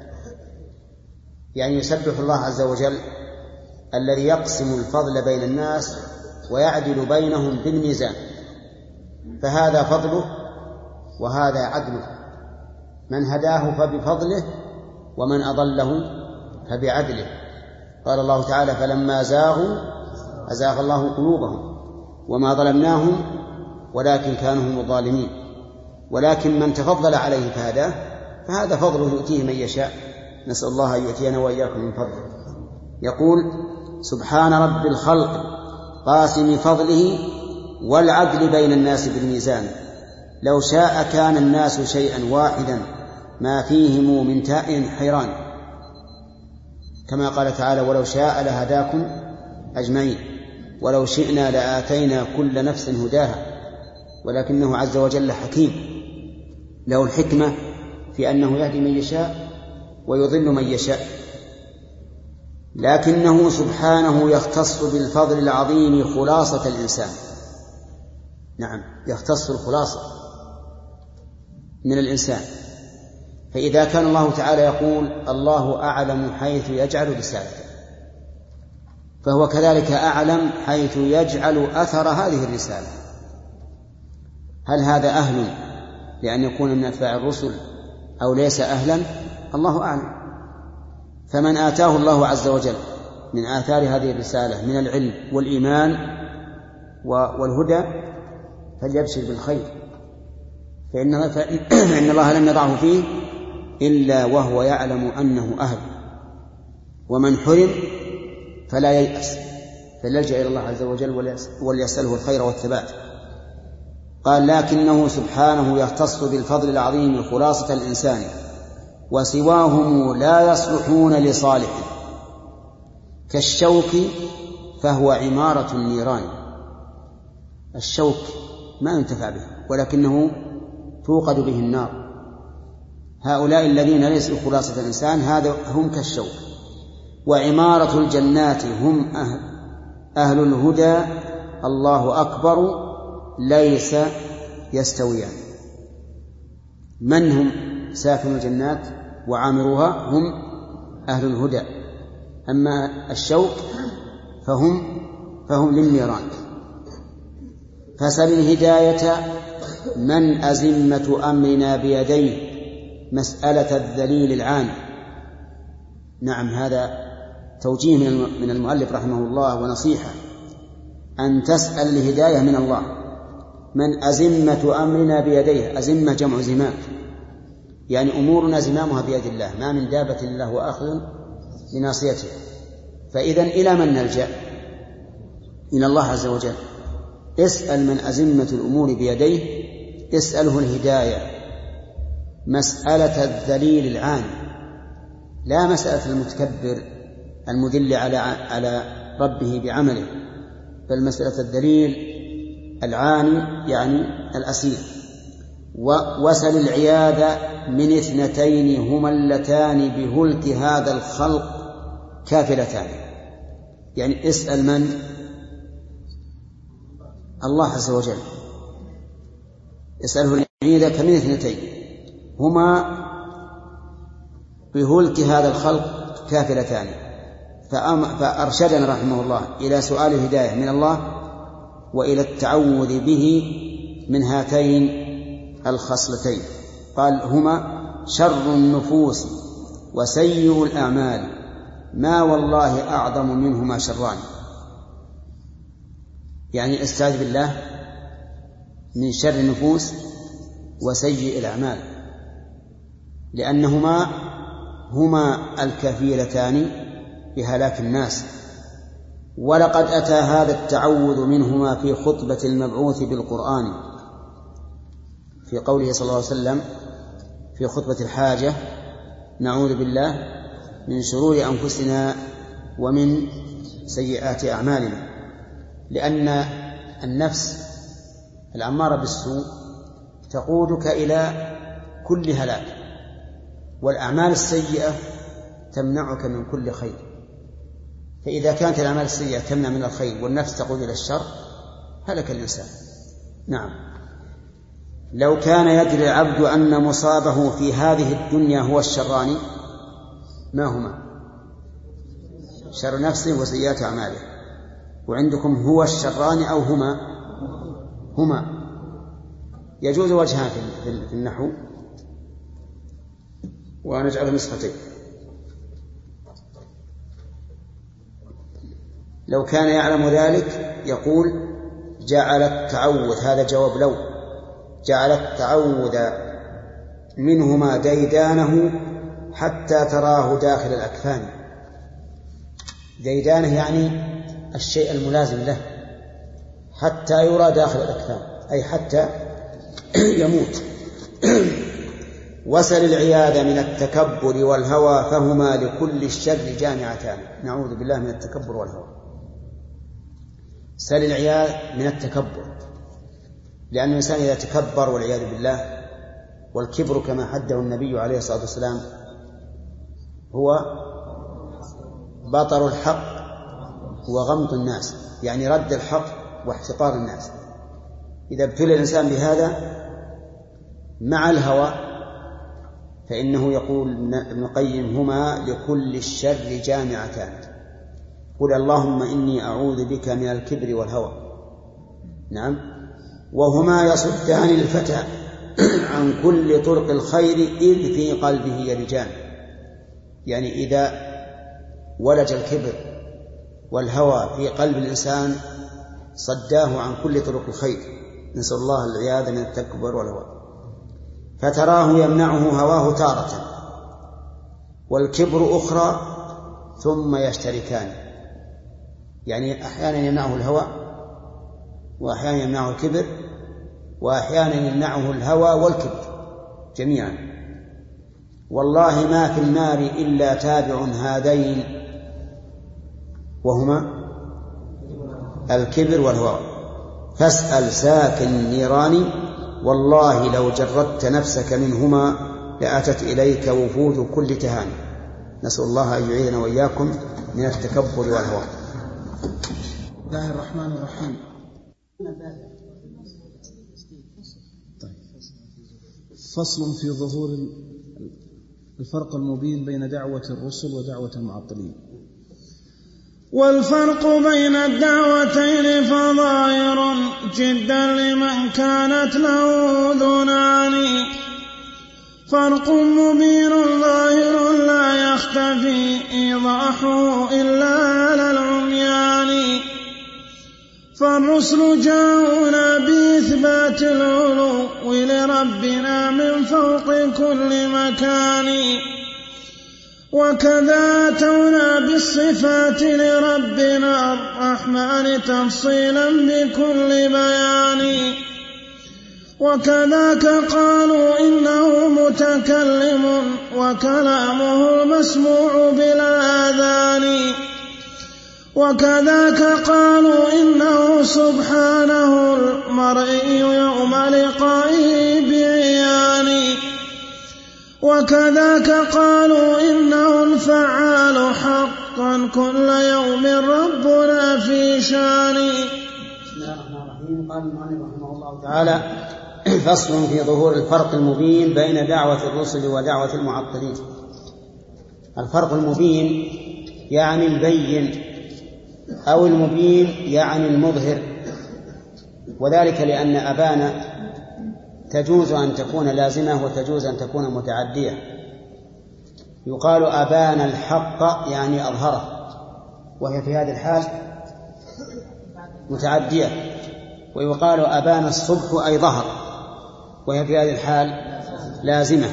يعني يسبح الله عز وجل الذي يقسم الفضل بين الناس ويعدل بينهم بالميزان، فهذا فضله وهذا عدله، من هداه فبفضله ومن أضله فبعدله. قال الله تعالى: فلما زاغوا أزاغ الله قلوبهم وما ظلمناهم ولكن كانوا هم الظالمين، ولكن من تفضل عليه فهداه فهذا فضله يؤتيه من يشاء، نسأل الله أن يؤتينا وإياكم من فضله. يقول: سبحان رب الخلق قاسم فضله والعدل بين الناس بالميزان، لو شاء كان الناس شيئا واحدا ما فيهم من تائه حيران، كما قال تعالى: ولو شاء لهداكم أجمعين ولو شئنا لآتينا كل نفس هداها، ولكنه عز وجل حكيم له الحكمة في أنه يهدي من يشاء ويضل من يشاء، لكنه سبحانه يختص بالفضل العظيم خلاصة الإنسان. نعم، يختص الخلاصة من الإنسان. فإذا كان الله تعالى يقول: الله أعلم حيث يجعل رسالته، فهو كذلك أعلم حيث يجعل أثر هذه الرسالة. هل هذا أهل لأن يكون من أتباع الرسل أو ليس أهلا؟ الله أعلم. فمن آتاه الله عز وجل من آثار هذه الرسالة من العلم والإيمان والهدى فليبشر بالخير، فإن الله لم يضعه فيه إلا وهو يعلم أنه أهل، ومن حرم فلا ييأس، فليلجأ إلى الله عز وجل وليسأله الخير والثبات. قال: لكنه سبحانه يختص بالفضل العظيم خلاصة الإنسان وسواهم لا يصلحون لصالح، كالشوك فهو عمارة النيران. الشوك ما ينتفع به ولكنه توقد به النار. هؤلاء الذين ليسوا خلاصة الإنسان هذا هم كالشوك. وعمارة الجنات هم أهل الهدى الله أكبر ليس يستويان. من هم ساكن الجنات وعامروها؟ هم أهل الهدى. أما الشوك فهم للنيران. فسل الهداية من أزمة أمرنا بيديه مسألة الذليل العاني. نعم، هذا توجيه من المؤلف رحمه الله ونصيحة، أن تسأل الهداية من الله. من أزمة أمرنا بيديه، أزمة جمع زمام، يعني أمورنا زمامها بيد الله، ما من دابة إلا هو آخذ بناصيته. فإذن إلى من نلجأ؟ إلى الله عز وجل. اسأل من أزمة الأمور بيديه، اسأله الهداية، مسألة الذليل العاني، لا مسألة المتكبر المذل على ربه بعمله، بل مسألة الذليل العاني يعني الأسير. وسل العياذ من اثنتين هما اللتان بهلك هذا الخلق كافلتان. يعني اسأل من؟ الله عز وجل. اسأله العياذ كمن اثنتين هما بهلك هذا الخلق كافلتان. فأرشدنا رحمه الله إلى سؤال الهداية من الله وإلى التعوذ به من هاتين الخصلتين. قال هما شر النفوس وسيء الأعمال، ما والله أعظم منهما شران. يعني استعذ بالله من شر النفوس وسيء الأعمال، لأنهما هما الكفيلتان بهلاك الناس. ولقد أتى هذا التعوذ منهما في خطبة المبعوث بالقرآن، في قوله صلى الله عليه وسلم في خطبة الحاجة: نعوذ بالله من شرور أنفسنا ومن سيئات أعمالنا. لأن النفس الأمارة بالسوء تقودك إلى كل هلاك، والأعمال السيئة تمنعك من كل خير. فإذا كانت الأعمال السيئة تمنع من الخير والنفس تقود إلى الشر هلك الإنسان. نعم. لو كان يدري العبد أن مصابه في هذه الدنيا هو الشران، ما هما؟ شر نفسه وسيئات أعماله. وعندكم هو الشران أو هما يجوز وجهان في النحو، ونجعل نسختين. لو كان يعلم ذلك يقول جعل التعوذ، هذا جواب لو، جعل التعوذ منهما ديدانه حتى تراه داخل الأكفان. ديدانه يعني الشيء الملازم له، حتى يرى داخل الأكفان أي حتى يموت. وسل العياذ من التكبر والهوى فهما لكل الشر جامعتان. نعوذ بالله من التكبر والهوى. سل العياذ من التكبر، لأن الإنسان إذا تكبر والعياذ بالله، والكبر كما حده النبي عليه الصلاة والسلام هو بطر الحق وغمط الناس، يعني رد الحق واحتقار الناس. إذا ابتلى الإنسان بهذا مع الهوى فإنه يقول ابن القيم هما لكل الشر جامعتان. قل اللهم إني أعوذ بك من الكبر والهوى. نعم. وهما يصدان الفتى عن كل طرق الخير إذ في قلبه يلجان. يعني إذا ولج الكبر والهوى في قلب الإنسان صداه عن كل طرق الخير. نسأل الله العياذ من التكبر والهوى. فتراه يمنعه هواه تارة والكبر أخرى ثم يشتركان. يعني أحيانا يمنعه الهوى، وأحيانا يمنعه الكبر، وأحيانا يمنعه الهوى والكبر جميعا. والله ما في النار إلا تابع هذين وهما الكبر والهوى. فاسأل ساكن النيران والله لو جردت نفسك منهما لأتت إليك وفود كل تهاني. نسأل الله أن يعيذنا وإياكم من التكبر والهوى. الله الرحمن الرحيم. طيب. فصل في ظهور الفرق المبين بين دعوة الرسل ودعوة المعطلين. والفرق بين الدعوتين فظاهر جدا لمن كانت له أذنان، فرق مبين ظاهر لا يختفي إيضاحه إلا على العميان. فالرسل جاءونا بإثبات العلو لربنا من فوق كل مكان، وكذا أتونا بالصفات لربنا الرحمن تفصيلا بكل بيان. وكذاك قالوا إنه متكلم وكلامه مسموع بلا آذان، وكذاك قالوا إنه سبحانه المرئي يوم لقائه بعيان، وكذاك قالوا إنه الفعال حقا كل يوم ربنا في شان. بسم الله الرحمن الرحيم. قال المؤلف رحمه الله تعالى: فصل في ظهور الفرق المبين بين دعوة الرسل ودعوة المعطلين. الفرق المبين يعني البين، أو المبين يعني المظهر، وذلك لأن أبان تجوز أن تكون لازمة وتجوز أن تكون متعدية. يقال أبان الحق يعني أظهره، وهي في هذه الحال متعدية. ويقال أبان الصبح أي ظهر، وهي في هذه الحال لازمة.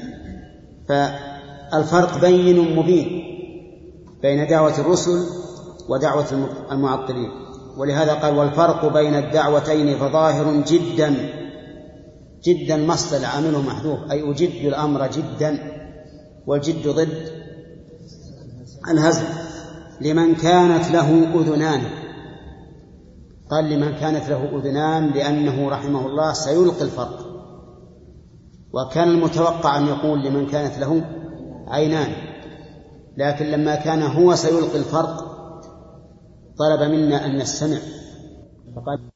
فالفرق بين مبين بين دعوة الرسل ودعوة المعطلين، ولهذا قال: والفرق بين الدعوتين فظاهر جدا. جدا مصدر عامله محذوف، أي أجد الأمر جدا، والجد ضد الهزل. لمن كانت له أذنان، قال لمن كانت له أذنان لأنه رحمه الله سيلقي الفرق، وكان المتوقع أن يقول لمن كانت له عينان، لكن لما كان هو سيلقي الفرق طلب منا أن نستمع، فقال